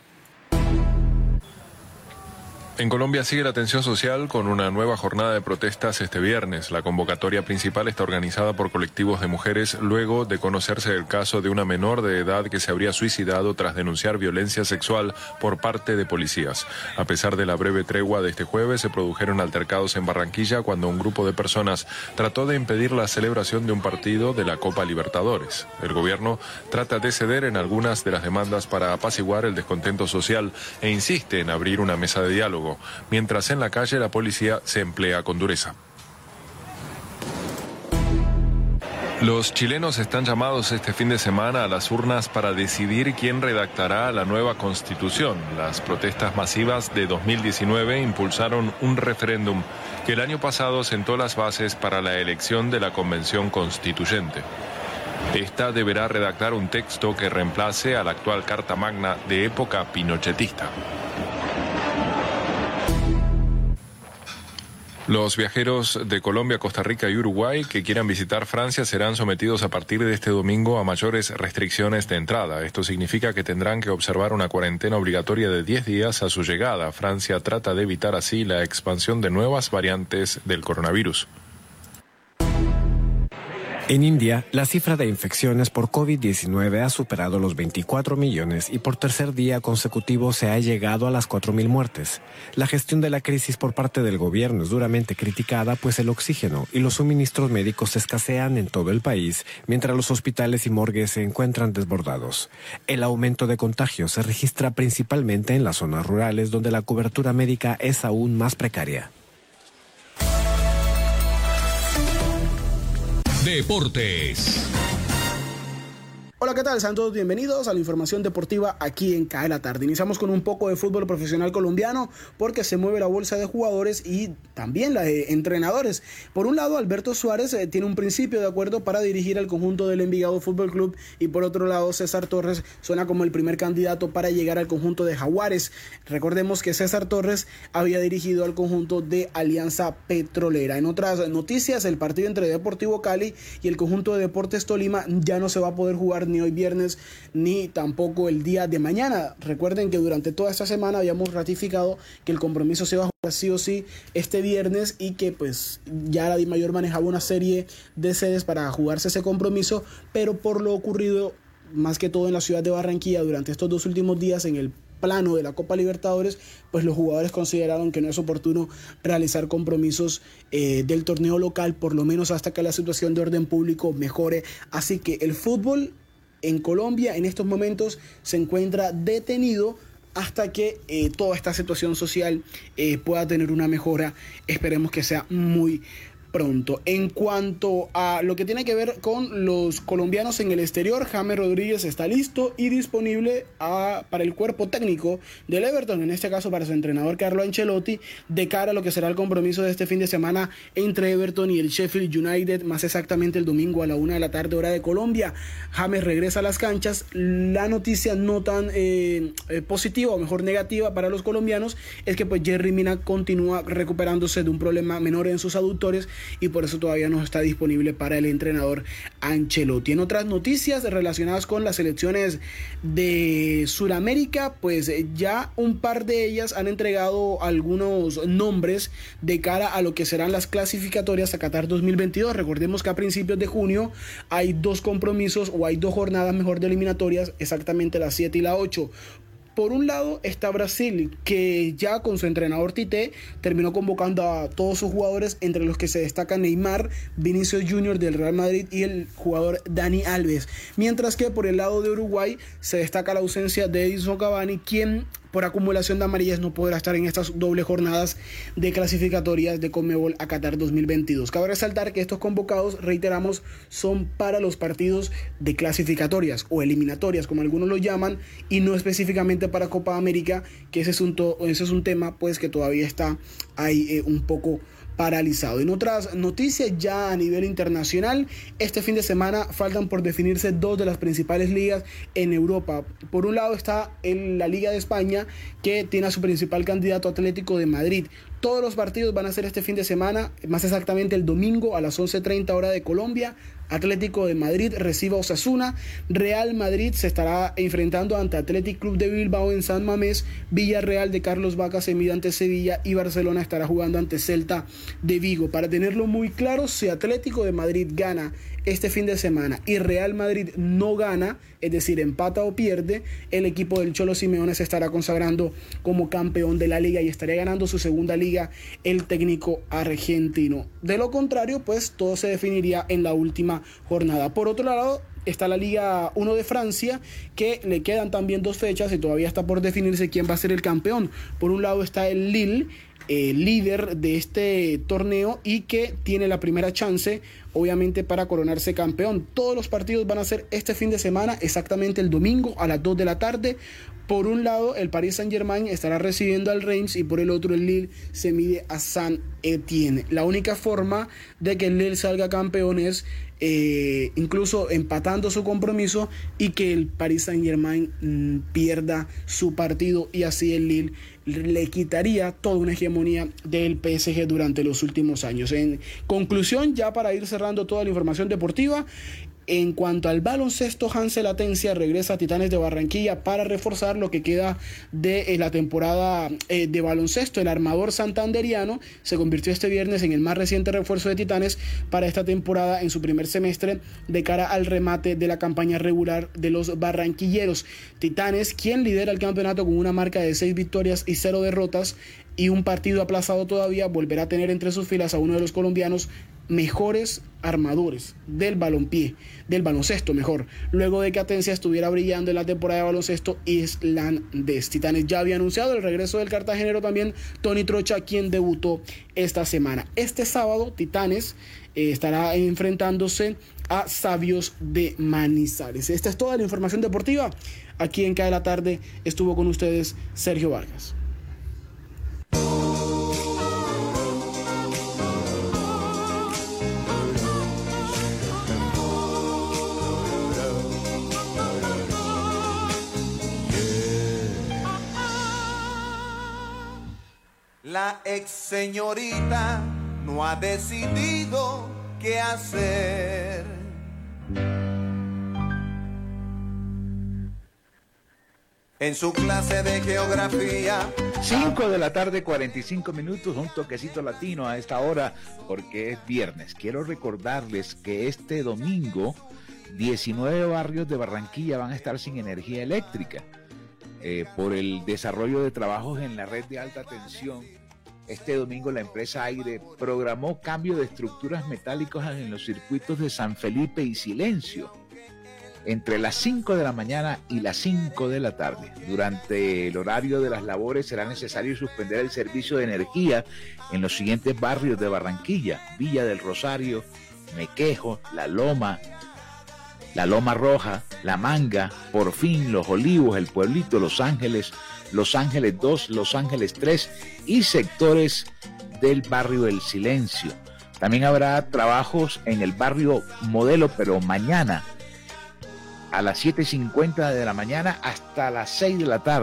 Speaker 17: En Colombia sigue la tensión social con una nueva jornada de protestas este viernes. La convocatoria principal está organizada por colectivos de mujeres luego de conocerse el caso de una menor de edad que se habría suicidado tras denunciar violencia sexual por parte de policías. A pesar de la breve tregua de este jueves, se produjeron altercados en Barranquilla cuando un grupo de personas trató de impedir la celebración de un partido de la Copa Libertadores. El gobierno trata de ceder en algunas de las demandas para apaciguar el descontento social e insiste en abrir una mesa de diálogo, mientras en la calle la policía se emplea con dureza. Los chilenos están llamados este fin de semana a las urnas para decidir quién redactará la nueva constitución. Las protestas masivas de dos mil diecinueve impulsaron un referéndum que el año pasado sentó las bases para la elección de la Convención Constituyente. Esta deberá redactar un texto que reemplace a la actual Carta Magna de época pinochetista. Los viajeros de Colombia, Costa Rica y Uruguay que quieran visitar Francia serán sometidos a partir de este domingo a mayores restricciones de entrada. Esto significa que tendrán que observar una cuarentena obligatoria de diez días a su llegada. Francia trata de evitar así la expansión de nuevas variantes del coronavirus.
Speaker 18: En India, la cifra de infecciones por COVID diecinueve ha superado los veinticuatro millones y por tercer día consecutivo se ha llegado a las cuatro mil muertes. La gestión de la crisis por parte del gobierno es duramente criticada, pues el oxígeno y los suministros médicos escasean en todo el país, mientras los hospitales y morgues se encuentran desbordados. El aumento de contagios se registra principalmente en las zonas rurales, donde la cobertura médica es aún más precaria.
Speaker 1: Deportes.
Speaker 19: Hola, ¿qué tal? Sean todos bienvenidos a la información deportiva aquí en Cae la Tarde. Iniciamos con un poco de fútbol profesional colombiano porque se mueve la bolsa de jugadores y también la de entrenadores. Por un lado, Alberto Suárez eh, tiene un principio de acuerdo para dirigir al conjunto del Envigado Fútbol Club y por otro lado, César Torres suena como el primer candidato para llegar al conjunto de Jaguares. Recordemos que César Torres había dirigido al conjunto de Alianza Petrolera. En otras noticias, el partido entre Deportivo Cali y el conjunto de Deportes Tolima ya no se va a poder jugar ni hoy viernes ni tampoco el día de mañana. Recuerden que durante toda esta semana habíamos ratificado que el compromiso se va a jugar sí o sí este viernes y que pues ya la DIMAYOR manejaba una serie de sedes para jugarse ese compromiso, pero por lo ocurrido más que todo en la ciudad de Barranquilla durante estos dos últimos días en el plano de la Copa Libertadores, pues los jugadores consideraron que no es oportuno realizar compromisos eh, del torneo local, por lo menos hasta que la situación de orden público mejore. Así que el fútbol en Colombia en estos momentos se encuentra detenido hasta que eh, toda esta situación social eh, pueda tener una mejora. Esperemos que sea muy pronto. En cuanto a lo que tiene que ver con los colombianos en el exterior, James Rodríguez está listo y disponible a, para el cuerpo técnico del Everton, en este caso para su entrenador Carlo Ancelotti, de cara a lo que será el compromiso de este fin de semana entre Everton y el Sheffield United, más exactamente el domingo a la una de la tarde hora de Colombia. James regresa a las canchas. La noticia no tan eh, eh, positiva o mejor negativa para los colombianos es que pues Jerry Mina continúa recuperándose de un problema menor en sus aductores y por eso todavía no está disponible para el entrenador Ancelotti. En otras noticias relacionadas con las selecciones de Sudamérica, pues ya un par de ellas han entregado algunos nombres de cara a lo que serán las clasificatorias a Qatar dos mil veintidós. Recordemos que a principios de junio hay dos compromisos o hay dos jornadas mejor de eliminatorias, exactamente la siete y la ocho. Por un lado está Brasil, que ya con su entrenador Tite terminó convocando a todos sus jugadores, entre los que se destacan Neymar, Vinicius Junior del Real Madrid y el jugador Dani Alves. Mientras que por el lado de Uruguay se destaca la ausencia de Edinson Cavani, quien por acumulación de amarillas no podrá estar en estas dobles jornadas de clasificatorias de Conmebol a Qatar dos mil veintidós. Cabe resaltar que estos convocados, reiteramos, son para los partidos de clasificatorias o eliminatorias, como algunos lo llaman, y no específicamente para Copa América, que ese es un, to- ese es un tema pues que todavía está ahí eh, un poco paralizado. En otras noticias ya a nivel internacional, este fin de semana faltan por definirse dos de las principales ligas en Europa. Por un lado está en la Liga de España, que tiene a su principal candidato Atlético de Madrid. Todos los partidos van a ser este fin de semana, más exactamente el domingo a las once treinta hora de Colombia. Atlético de Madrid recibe a Osasuna, Real Madrid se estará enfrentando ante Athletic Club de Bilbao en San Mamés, Villarreal de Carlos Vaca se mide ante Sevilla y Barcelona estará jugando ante Celta de Vigo. Para tenerlo muy claro, si Atlético de Madrid gana este fin de semana y Real Madrid no gana, es decir, empata o pierde, el equipo del Cholo Simeone se estará consagrando como campeón de la liga y estaría ganando su segunda liga el técnico argentino. De lo contrario, pues todo se definiría en la última jornada. Por otro lado, está la Liga uno de Francia, que le quedan también dos fechas y todavía está por definirse quién va a ser el campeón. Por un lado está el Lille, eh, líder de este torneo y que tiene la primera chance, obviamente, para coronarse campeón. Todos los partidos van a ser este fin de semana, exactamente el domingo a las dos de la tarde. Por un lado, el Paris Saint-Germain estará recibiendo al Reims y por el otro el Lille se mide a Saint-Étienne. La única forma de que el Lille salga campeón es eh, incluso empatando su compromiso y que el Paris Saint-Germain mmm, pierda su partido, y así el Lille le quitaría toda una hegemonía del P S G durante los últimos años. En conclusión, ya para ir cerrando toda la información deportiva, en cuanto al baloncesto, Hansel Atencia regresa a Titanes de Barranquilla para reforzar lo que queda de eh, la temporada eh, de baloncesto. El armador santanderiano se convirtió este viernes en el más reciente refuerzo de Titanes para esta temporada en su primer semestre de cara al remate de la campaña regular de los barranquilleros. Titanes, quien lidera el campeonato con una marca de seis victorias y cero derrotas y un partido aplazado todavía, volverá a tener entre sus filas a uno de los colombianos mejores armadores del balompié, del baloncesto mejor, luego de que Atencia estuviera brillando en la temporada de baloncesto islandés. Titanes ya había anunciado el regreso del cartagenero también Tony Trocha, quien debutó esta semana. Este sábado Titanes eh, estará enfrentándose a Sabios de Manizales. Esta es toda la información deportiva. Aquí en Cae la Tarde estuvo con ustedes Sergio Vargas.
Speaker 20: La ex señorita no ha decidido qué hacer. En su clase de geografía.
Speaker 3: cinco de la tarde, cuarenta y cinco minutos, un toquecito latino a esta hora porque es viernes. Quiero recordarles que este domingo diecinueve barrios de Barranquilla van a estar sin energía eléctrica eh, por el desarrollo de trabajos en la red de alta tensión. Este domingo la empresa Aire programó cambio de estructuras metálicas en los circuitos de San Felipe y Silencio entre las cinco de la mañana y las cinco de la tarde. Durante el horario de las labores será necesario suspender el servicio de energía en los siguientes barrios de Barranquilla: Villa del Rosario, Mequejo, La Loma, La Loma Roja, La Manga, Porfín, Los Olivos, El Pueblito, Los Ángeles, Los Ángeles dos, Los Ángeles tres y sectores del barrio El Silencio. También habrá trabajos en el barrio Modelo, pero mañana a las siete y cincuenta de la mañana hasta las seis de la tarde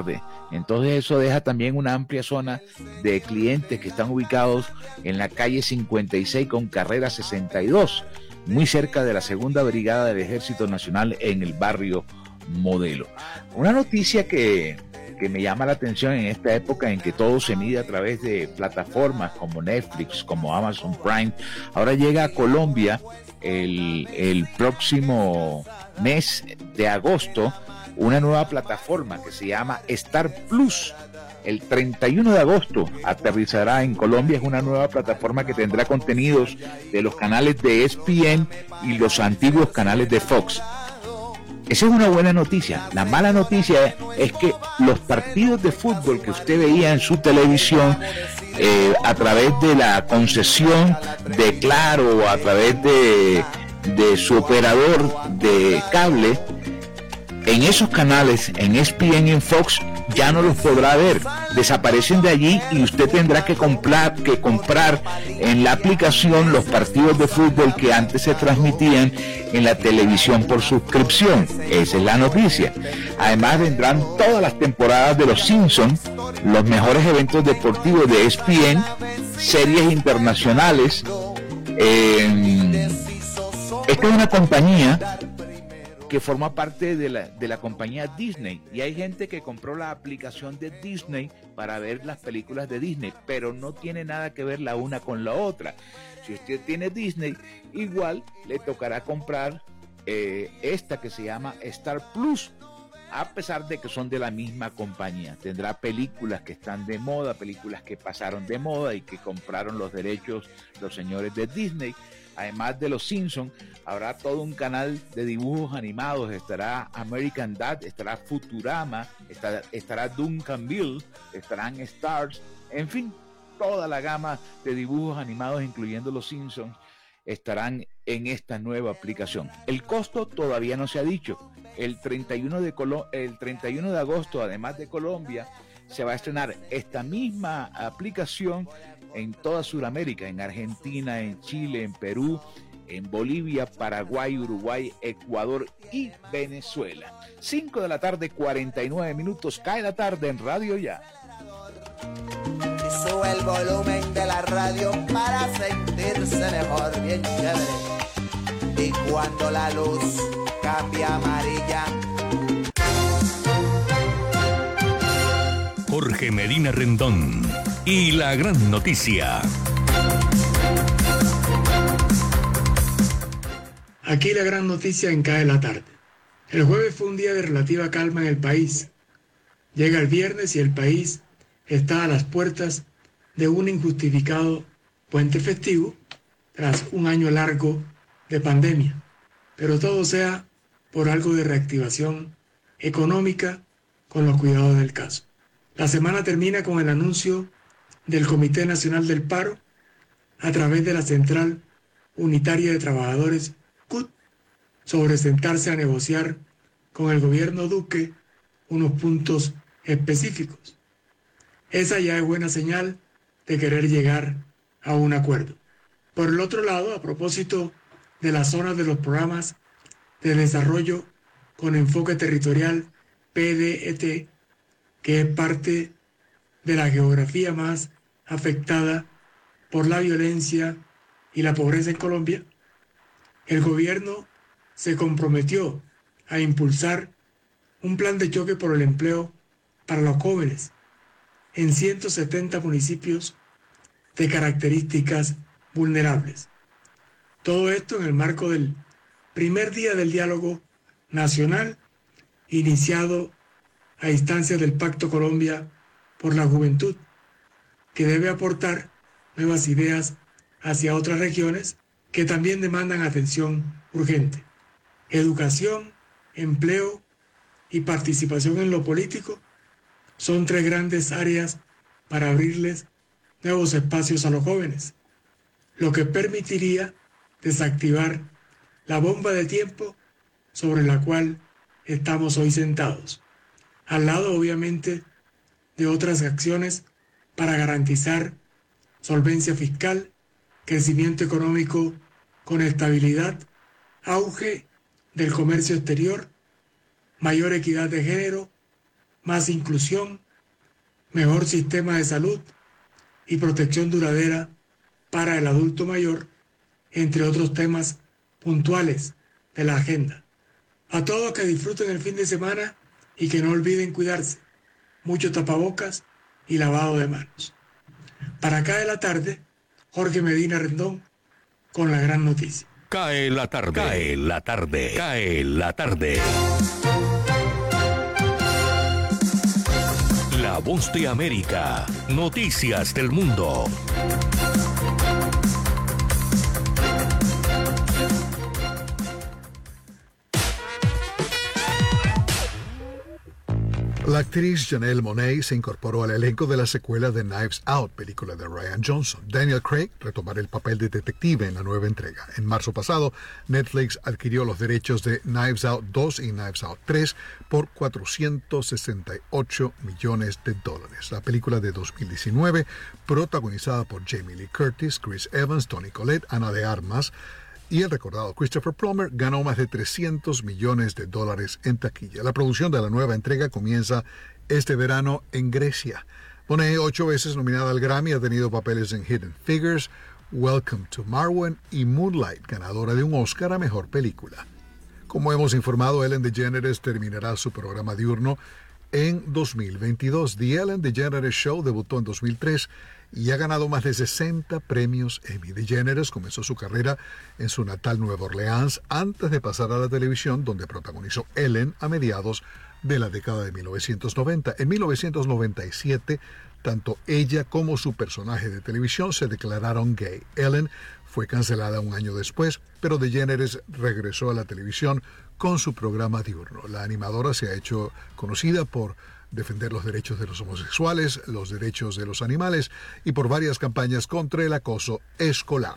Speaker 3: Entonces eso deja también una amplia zona de clientes que están ubicados en la calle cincuenta y seis con carrera sesenta y dos, muy cerca de la segunda brigada del Ejército Nacional en el barrio Modelo. Una noticia que, que me llama la atención en esta época en que todo se mide a través de plataformas como Netflix, como Amazon Prime. Ahora llega a Colombia el, el próximo mes de agosto una nueva plataforma que se llama Star Plus. El treinta y uno de agosto aterrizará en Colombia. Es una nueva plataforma que tendrá contenidos de los canales de E S P N y los antiguos canales de Fox. Esa es una buena noticia. La mala noticia es que los partidos de fútbol que usted veía en su televisión eh, a través de la concesión de Claro o a través de, de su operador de cable, en esos canales, en E S P N y en Fox, ya no los podrá ver, desaparecen de allí y usted tendrá que comprar, que comprar en la aplicación los partidos de fútbol que antes se transmitían en la televisión por suscripción. Esa es la noticia. Además vendrán todas las temporadas de Los Simpsons, los mejores eventos deportivos de E S P N, series internacionales. Eh, esta es una compañía que forma parte de la, de la compañía Disney, y hay gente que compró la aplicación de Disney para ver las películas de Disney, pero no tiene nada que ver la una con la otra. Si usted tiene Disney, igual le tocará comprar eh, esta que se llama Star Plus, a pesar de que son de la misma compañía. Tendrá películas que están de moda, películas que pasaron de moda y que compraron los derechos los señores de Disney. Además de Los Simpsons, habrá todo un canal de dibujos animados. Estará American Dad, estará Futurama, estará, estará Duncanville, estarán Stars, en fin, toda la gama de dibujos animados, incluyendo Los Simpsons, estarán en esta nueva aplicación. El costo todavía no se ha dicho. El treinta y uno de, Colo- el treinta y uno de agosto, además de Colombia, se va a estrenar esta misma aplicación en toda Sudamérica, en Argentina, en Chile, en Perú, en Bolivia, Paraguay, Uruguay, Ecuador y Venezuela. cinco de la tarde, cuarenta y nueve minutos, cae la tarde en Radio Ya.
Speaker 20: Y sube el volumen de la radio para sentirse mejor, bien chévere. Y cuando la luz cambia amarilla,
Speaker 1: Jorge Medina Rendón y la gran noticia.
Speaker 21: Aquí la gran noticia en Cae la Tarde. El jueves fue un día de relativa calma en el país. Llega el viernes y el país está a las puertas de un injustificado puente festivo tras un año largo de pandemia. Pero todo sea por algo de reactivación económica con los cuidados del caso. La semana termina con el anuncio del Comité Nacional del Paro a través de la Central Unitaria de Trabajadores C U T sobre sentarse a negociar con el gobierno Duque unos puntos específicos. Esa ya es buena señal de querer llegar a un acuerdo. Por el otro lado, a propósito de las zonas de los programas de desarrollo con enfoque territorial P D E T, que es parte de la geografía más afectada por la violencia y la pobreza en Colombia, el gobierno se comprometió a impulsar un plan de choque por el empleo para los jóvenes en ciento setenta municipios de características vulnerables. Todo esto en el marco del primer día del diálogo nacional iniciado a instancias del Pacto Colombia por la Juventud, que debe aportar nuevas ideas hacia otras regiones que también demandan atención urgente. Educación, empleo y participación en lo político son tres grandes áreas para abrirles nuevos espacios a los jóvenes, lo que permitiría desactivar la bomba de tiempo sobre la cual estamos hoy sentados, al lado obviamente de otras acciones para garantizar solvencia fiscal, crecimiento económico con estabilidad, auge del comercio exterior, mayor equidad de género, más inclusión mejor sistema de salud y protección duradera para el adulto mayor, entre otros temas puntuales de la agenda. A todos que disfruten el fin de semana y que no olviden cuidarse. Mucho tapabocas y lavado de manos. Para acá de la tarde, Jorge Medina Rendón con la gran noticia.
Speaker 1: Cae la tarde, cae la tarde, cae la tarde. La Voz de América, noticias del mundo.
Speaker 4: La actriz Janelle Monáe se incorporó al elenco de la secuela de Knives Out, película de Rian Johnson. Daniel Craig retomará el papel de detective en la nueva entrega. En marzo pasado, Netflix adquirió los derechos de Knives Out dos y Knives Out tres por cuatrocientos sesenta y ocho millones de dólares. La película de dos mil diecinueve, protagonizada por Jamie Lee Curtis, Chris Evans, Toni Collette, Ana de Armas y el recordado Christopher Plummer, ganó más de trescientos millones de dólares en taquilla. La producción de la nueva entrega comienza este verano en Grecia. Monáe, ocho veces nominada al Grammy, ha tenido papeles en Hidden Figures, Welcome to Marwen y Moonlight, ganadora de un Oscar a Mejor Película. Como hemos informado, Ellen DeGeneres terminará su programa diurno en dos mil veintidós. The Ellen DeGeneres Show debutó en dos mil tres y ha ganado más de sesenta premios Emmy. DeGeneres comenzó su carrera en su natal Nueva Orleans antes de pasar a la televisión, donde protagonizó Ellen a mediados de la década de mil novecientos noventa. En mil novecientos noventa y siete, tanto ella como su personaje de televisión se declararon gay. Ellen fue cancelada un año después, pero DeGeneres regresó a la televisión con su programa diurno. La animadora se ha hecho conocida por defender los derechos de los homosexuales, los derechos de los animales y por varias campañas contra el acoso escolar.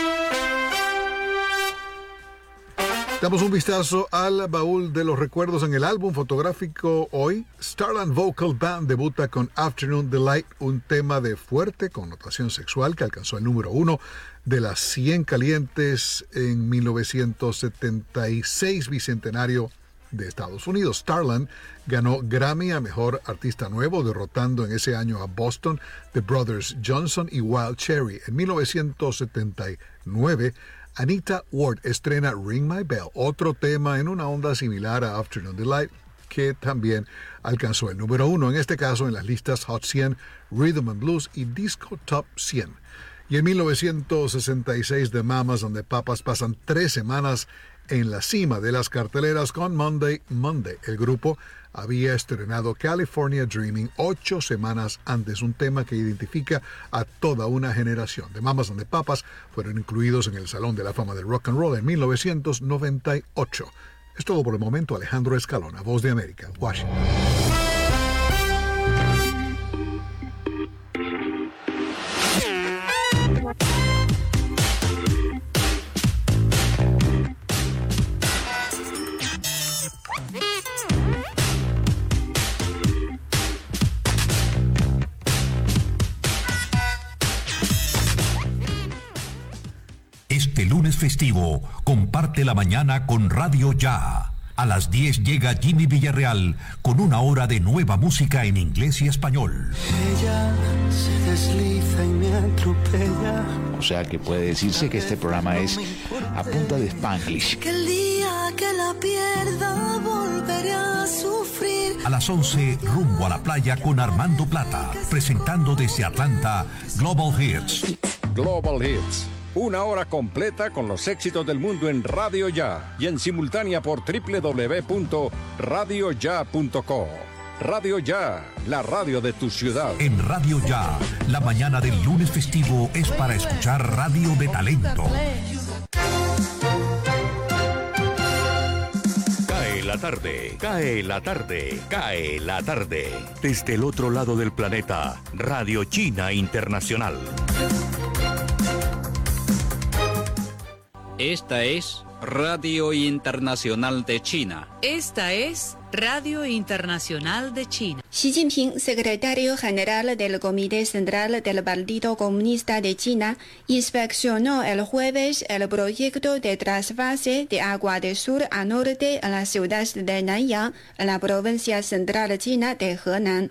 Speaker 4: Damos un vistazo al baúl de los recuerdos en el álbum fotográfico hoy. Starland Vocal Band debuta con Afternoon Delight, un tema de fuerte connotación sexual que alcanzó el número uno de las cien calientes en mil novecientos setenta y seis, bicentenario de Estados Unidos. Starland ganó Grammy a Mejor Artista Nuevo, derrotando en ese año a Boston, The Brothers Johnson y Wild Cherry. En mil novecientos setenta y nueve, Anita Ward estrena Ring My Bell, otro tema en una onda similar a Afternoon Delight, que también alcanzó el número uno, en este caso en las listas Hot cien, Rhythm and Blues y Disco Top cien. Y en mil novecientos sesenta y seis, The Mamas and the Papas pasan tres semanas en la cima de las carteleras con Monday, Monday. El grupo había estrenado California Dreaming ocho semanas antes, un tema que identifica a toda una generación. The Mamas and the Papas fueron incluidos en el Salón de la Fama del Rock and Roll en mil novecientos noventa y ocho. Es todo por el momento. Alejandro Escalona, Voz de América, Washington.
Speaker 1: Este lunes festivo, comparte la mañana con Radio Ya. A las diez llega Jimmy Villarreal con una hora de nueva música en inglés y español.
Speaker 2: Ella se desliza y me atropella.
Speaker 3: O sea que puede decirse que este programa es a punta de Spanglish.
Speaker 2: Que el día que la pierda volveré a sufrir.
Speaker 1: A las once, rumbo a la playa con Armando Plata, presentando desde Atlanta Global Hits.
Speaker 22: Global Hits. Una hora completa con los éxitos del mundo en Radio Ya y en simultánea por doble u doble u doble u punto radio ya punto co. Radio Ya, la radio de tu ciudad.
Speaker 1: En Radio Ya, la mañana del lunes festivo es para escuchar radio de talento. Cae la tarde, cae la tarde, cae la tarde. Desde el otro lado del planeta, Radio China Internacional.
Speaker 23: Esta es Radio Internacional de China.
Speaker 24: Esta es Radio Internacional de China.
Speaker 25: Xi Jinping, secretario general del Comité Central del Partido Comunista de China, inspeccionó el jueves el proyecto de trasvase de agua de sur a norte en la ciudad de Nanyang, en la provincia central china de Henan.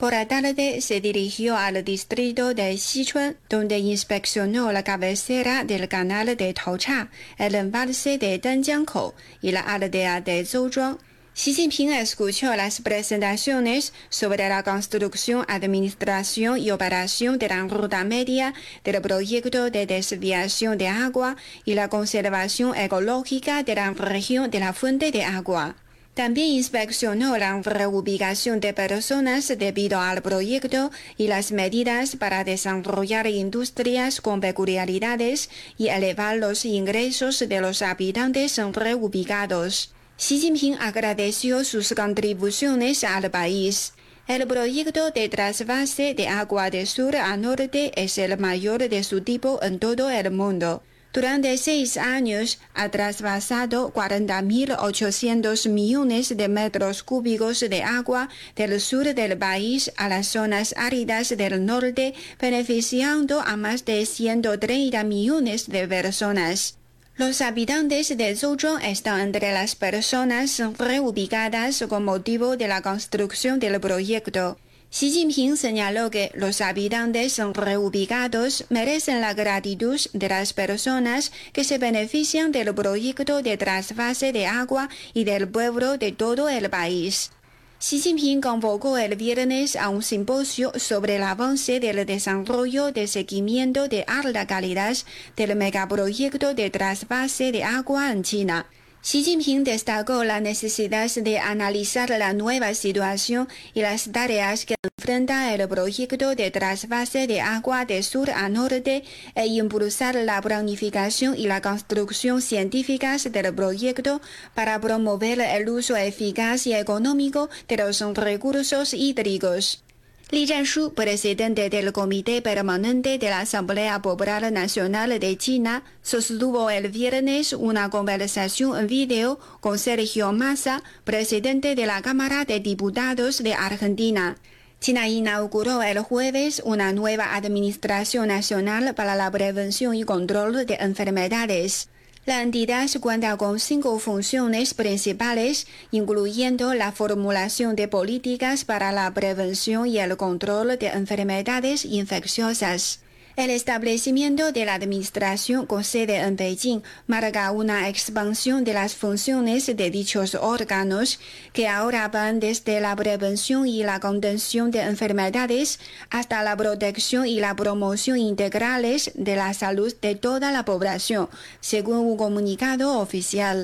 Speaker 25: Por la tarde se dirigió al distrito de Sichuan, donde inspeccionó la cabecera del canal de Taocha, el embalse de Danjiangkou y la aldea de Zouzhuang. Xi Jinping escuchó las presentaciones sobre la construcción, administración y operación de la ruta media del proyecto de desviación de agua y la conservación ecológica de la región de la fuente de agua. También inspeccionó la reubicación de personas debido al proyecto y las medidas para desarrollar industrias con peculiaridades y elevar los ingresos de los habitantes reubicados. Xi Jinping agradeció sus contribuciones al país. El proyecto de trasvase de agua de sur a norte es el mayor de su tipo en todo el mundo. Durante seis años ha trasvasado cuarenta mil ochocientos millones de metros cúbicos de agua del sur del país a las zonas áridas del norte, beneficiando a más de ciento treinta millones de personas. Los habitantes de Zouzhuang están entre las personas reubicadas con motivo de la construcción del proyecto. Xi Jinping señaló que los habitantes reubicados merecen la gratitud de las personas que se benefician del proyecto de trasvase de agua y del pueblo de todo el país. Xi Jinping convocó el viernes a un simposio sobre el avance del desarrollo de seguimiento de alta calidad del megaproyecto de trasvase de agua en China. Xi Jinping destacó la necesidad de analizar la nueva situación y las tareas que enfrenta el proyecto de trasvase de agua de sur a norte e impulsar la planificación y la construcción científicas del proyecto para promover el uso eficaz y económico de los recursos hídricos. Li Zhanshu, presidente del Comité Permanente de la Asamblea Popular Nacional de China, sostuvo el viernes una conversación en vídeo con Sergio Massa, presidente de la Cámara de Diputados de Argentina. China inauguró el jueves una nueva Administración Nacional para la Prevención y Control de Enfermedades. La entidad cuenta con cinco funciones principales, incluyendo la formulación de políticas para la prevención y el control de enfermedades infecciosas. El establecimiento de la administración con sede en Beijing marca una expansión de las funciones de dichos órganos, que ahora van desde la prevención y la contención de enfermedades hasta la protección y la promoción integrales de la salud de toda la población, según un comunicado oficial.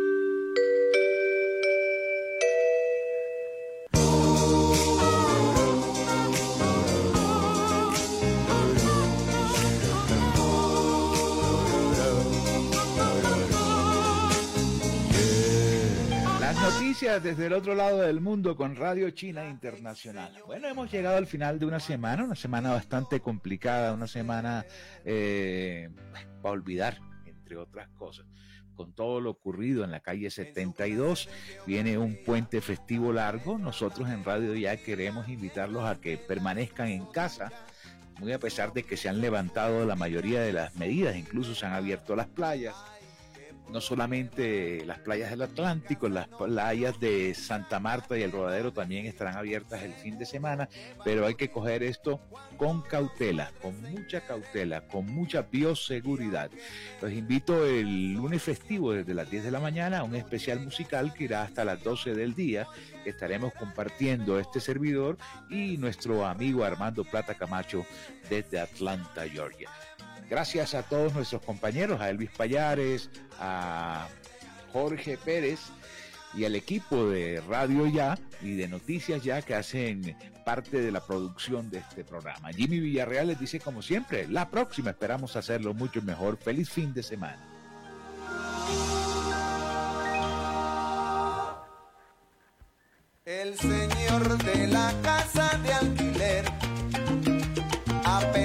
Speaker 3: Noticias desde el otro lado del mundo con Radio China Internacional. Bueno, hemos llegado al final de una semana, una semana bastante complicada, una semana eh, para olvidar, entre otras cosas. Con todo lo ocurrido en la calle setenta y dos, viene un puente festivo largo. Nosotros en Radio Ya queremos invitarlos a que permanezcan en casa, muy a pesar de que se han levantado la mayoría de las medidas, incluso se han abierto las playas. No solamente las playas del Atlántico, las playas de Santa Marta y el Rodadero también estarán abiertas el fin de semana, pero hay que coger esto con cautela, con mucha cautela, con mucha bioseguridad. Los invito el lunes festivo desde las diez de la mañana a un especial musical que irá hasta las doce del día, que estaremos compartiendo este servidor y nuestro amigo Armando Plata Camacho desde Atlanta, Georgia. Gracias a todos nuestros compañeros, a Elvis Payares, a Jorge Pérez y al equipo de Radio Ya y de Noticias Ya que hacen parte de la producción de este programa. Jimmy Villarreal les dice como siempre, la próxima esperamos hacerlo mucho mejor. Feliz fin de semana.
Speaker 20: El señor de la casa de alquiler apenas